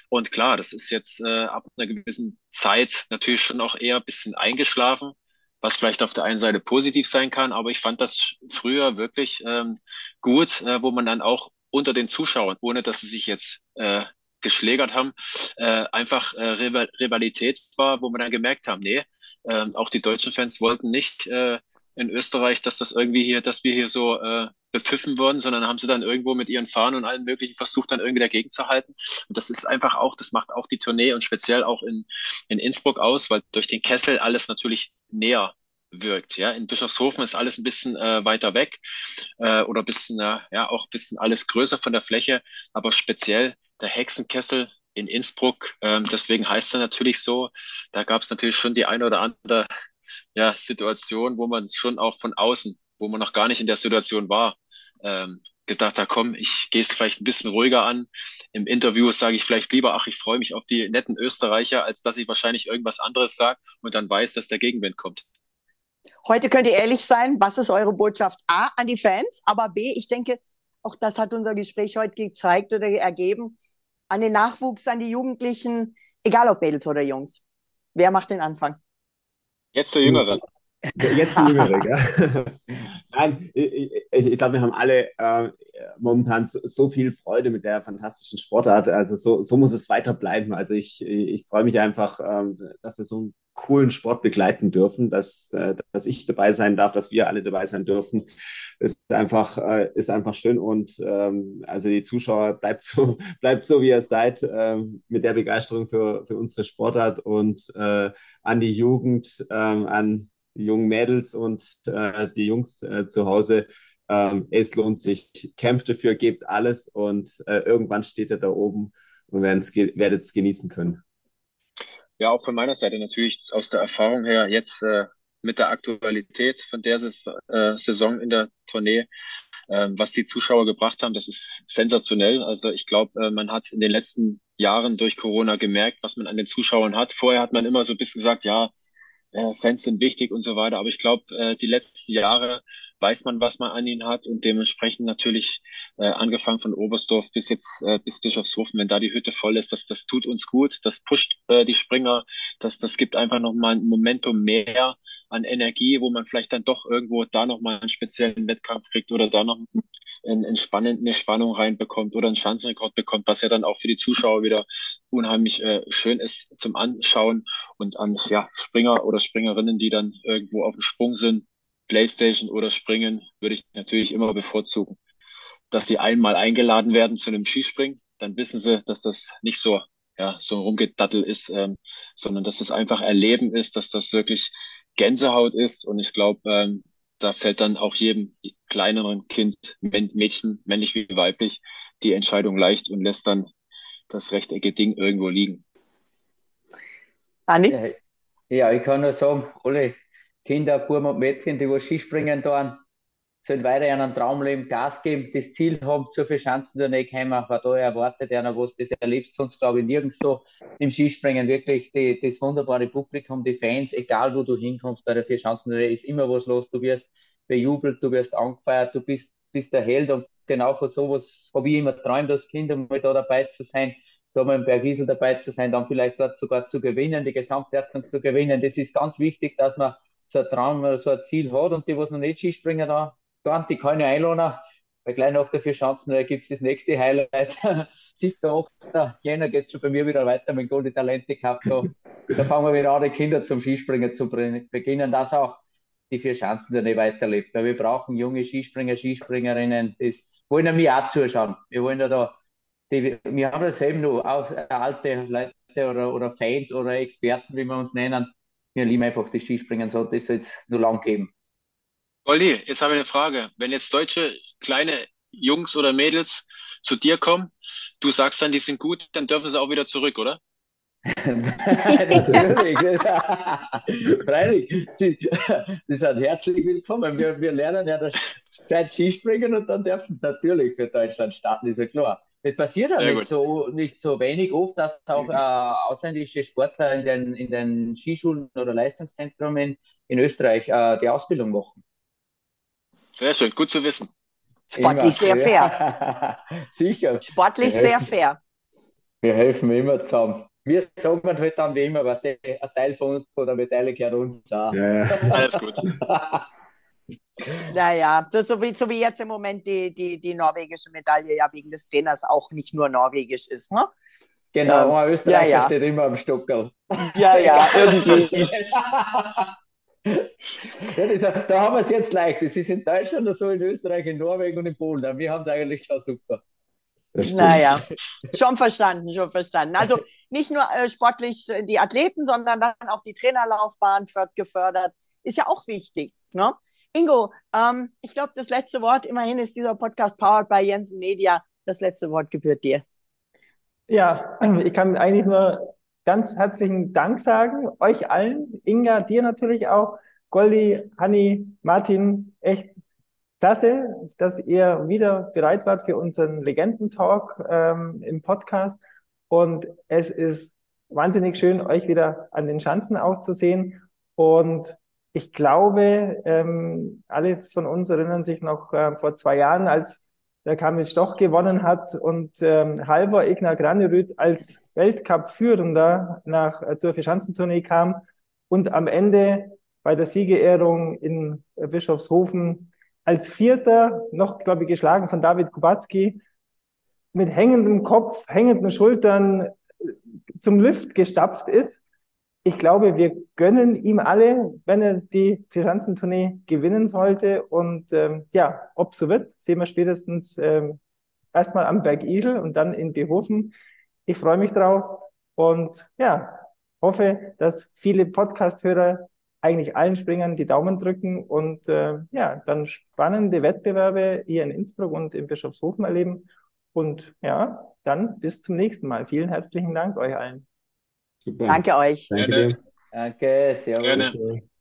Und klar, das ist jetzt ab einer gewissen Zeit natürlich schon auch eher ein bisschen eingeschlafen, was vielleicht auf der einen Seite positiv sein kann, aber ich fand das früher wirklich gut, wo man dann auch unter den Zuschauern, ohne dass sie sich jetzt geschlägert haben, einfach Rivalität war, wo wir dann gemerkt haben, nee, auch die deutschen Fans wollten nicht in Österreich, dass das irgendwie hier, dass wir hier so bepfiffen wurden, sondern haben sie dann irgendwo mit ihren Fahnen und allem möglichen versucht, dann irgendwie dagegen zu halten. Und das ist einfach auch, das macht auch die Tournee und speziell auch in Innsbruck aus, weil durch den Kessel alles natürlich näher wirkt. Ja, in Bischofshofen ist alles ein bisschen weiter weg oder ein bisschen, ja, auch ein bisschen alles größer von der Fläche, aber speziell der Hexenkessel in Innsbruck, deswegen heißt er natürlich so. Da gab es natürlich schon die eine oder andere ja, Situation, wo man schon auch von außen, wo man noch gar nicht in der Situation war, gedacht hat, komm, ich gehe es vielleicht ein bisschen ruhiger an. Im Interview sage ich vielleicht lieber, ach, ich freue mich auf die netten Österreicher, als dass ich wahrscheinlich irgendwas anderes sage und dann weiß, dass der Gegenwind kommt. Heute könnt ihr ehrlich sein, was ist eure Botschaft A an die Fans, aber B, ich denke, auch das hat unser Gespräch heute gezeigt oder ergeben, an den Nachwuchs, an die Jugendlichen, egal ob Mädels oder Jungs. Wer macht den Anfang? Jetzt der Jüngere. Jetzt die Jüngere, gell? Nein, ich glaube, wir haben alle momentan so viel Freude mit der fantastischen Sportart. Also so muss es weiter bleiben. Also ich freue mich einfach, dass wir so einen coolen Sport begleiten dürfen, dass ich dabei sein darf, dass wir alle dabei sein dürfen. Ist einfach schön und also die Zuschauer bleibt so wie ihr seid, mit der Begeisterung für unsere Sportart und an die Jugend, an die jungen Mädels und die Jungs zu Hause. Es lohnt sich. Kämpft dafür, gebt alles und irgendwann steht er da oben und werdet es genießen können. Ja, auch von meiner Seite natürlich aus der Erfahrung her jetzt mit der Aktualität von der Saison in der Tournee, was die Zuschauer gebracht haben, das ist sensationell. Also ich glaube, man hat in den letzten Jahren durch Corona gemerkt, was man an den Zuschauern hat. Vorher hat man immer so ein bisschen gesagt, ja, Fans sind wichtig und so weiter. Aber ich glaube, die letzten Jahre weiß man, was man an ihnen hat und dementsprechend natürlich angefangen von Oberstdorf bis jetzt bis Bischofshofen, wenn da die Hütte voll ist, das tut uns gut, das pusht die Springer, das gibt einfach nochmal ein Momentum mehr an Energie, wo man vielleicht dann doch irgendwo da nochmal einen speziellen Wettkampf kriegt oder da noch eine Spannung reinbekommt oder einen Schanzenrekord bekommt, was ja dann auch für die Zuschauer wieder unheimlich schön ist zum Anschauen und an ja, Springer oder Springerinnen, die dann irgendwo auf dem Sprung sind, Playstation oder Springen, würde ich natürlich immer bevorzugen, dass sie einmal eingeladen werden zu einem Skispringen, dann wissen sie, dass das nicht so ja so ein Rumgedattel ist, sondern dass das einfach Erleben ist, dass das wirklich Gänsehaut ist und ich glaube, da fällt dann auch jedem kleineren Kind, Mädchen, männlich wie weiblich, die Entscheidung leicht und lässt dann das rechteckige Ding irgendwo liegen. Anni? Ja, ja, ich kann nur sagen, alle Kinder, Buben und Mädchen, die was Skispringen tun, sollen weiter einen Traum leben, Gas geben, das Ziel haben, zu viel Chancen da nicht kommen, weil da erwartet einer was, das erlebst du sonst, glaube ich, nirgends so im Skispringen, wirklich das wunderbare Publikum, die Fans, egal wo du hinkommst, bei der Vier Chancen ist immer was los, du wirst bejubelt, du wirst angefeiert, bist der Held und genau von sowas habe ich immer geträumt, als Kind einmal da dabei zu sein, da mal im Bergisel dabei zu sein, dann vielleicht dort sogar zu gewinnen, die Gesamtwertung zu gewinnen, das ist ganz wichtig, dass man so ein Traum, so ein Ziel hat und die, was noch nicht Skispringen da die keine einladen, weil gleich nach der Vierschanzen gibt es das nächste Highlight. 7., 8. Jänner geht es schon bei mir wieder weiter mit dem Golden Talente Cup. Da fangen wir wieder an, die Kinder zum Skispringen zu beginnen, dass auch die Vierschanzen dann nicht weiterlebt. Weil wir brauchen junge Skispringer, Skispringerinnen, das wollen wir auch zuschauen. Wir wollen ja da, wir haben das eben noch alte Leute oder Fans oder Experten, wie wir uns nennen. Wir lieben einfach das Skispringen, so das soll es nur lang geben. Olli, jetzt habe ich eine Frage. Wenn jetzt deutsche kleine Jungs oder Mädels zu dir kommen, du sagst dann, die sind gut, dann dürfen sie auch wieder zurück, oder? Natürlich. Freilich. Sie sind herzlich willkommen. Wir lernen ja das Skispringen und dann dürfen sie natürlich für Deutschland starten, ist ja klar. Es passiert ja Sehr gut. nicht so wenig oft, dass auch ausländische Sportler in den Skischulen oder Leistungszentren in Österreich die Ausbildung machen. Sehr schön, gut zu wissen. Sportlich sehr fair. Ja. Sicher. Sportlich sehr fair. Wir helfen immer zusammen. Wir sagen halt dann wie immer, was ein Teil von uns oder ein Teil gehört uns auch. Ja, ja. Alles gut. Naja, das ist so wie jetzt im Moment die norwegische Medaille ja wegen des Trainers auch nicht nur norwegisch ist, ne? Genau, ein Ja, Österreicher ja, steht immer am Stockerl. ja, ja, Egal, was irgendwie. passiert. Ja, da haben wir es jetzt leicht. Es ist in Deutschland oder so, in Österreich, in Norwegen und in Polen. Wir haben es eigentlich schon super. Das stimmt. Naja, schon verstanden, schon verstanden. Also nicht nur sportlich die Athleten, sondern dann auch die Trainerlaufbahn wird gefördert. Ist ja auch wichtig, ne? Ingo, ich glaube, das letzte Wort, immerhin ist dieser Podcast powered by Jensen Media. Das letzte Wort gebührt dir. Ja, ich kann eigentlich nur ganz herzlichen Dank sagen, euch allen, Inga, dir natürlich auch, Goldi, Hanni, Martin, echt klasse, dass ihr wieder bereit wart für unseren Legendentalk im Podcast. Und es ist wahnsinnig schön, euch wieder an den Schanzen auch zu sehen. Und ich glaube, alle von uns erinnern sich noch vor 2 Jahren, als der Kamil Stoch gewonnen hat und Halvor Egner Granerüt als Weltcup-Führender zur Vierschanzentournee kam und am Ende bei der Siegerehrung in Bischofshofen als Vierter, noch, glaube ich, geschlagen von David Kubacki, mit hängendem Kopf, hängenden Schultern zum Lift gestapft ist. Ich glaube, wir gönnen ihm alle, wenn er die Vierschanzentournee gewinnen sollte. Und ja, ob so wird, sehen wir spätestens erstmal am Berg Isel und dann in Behofen. Ich freue mich drauf und ja, hoffe, dass viele Podcast-Hörer eigentlich allen Springern die Daumen drücken und ja, dann spannende Wettbewerbe hier in Innsbruck und in Bischofshofen erleben. Und ja, dann bis zum nächsten Mal. Vielen herzlichen Dank euch allen. Super. Danke euch. Danke Gerne. dir. Danke, servus. Gerne. Okay.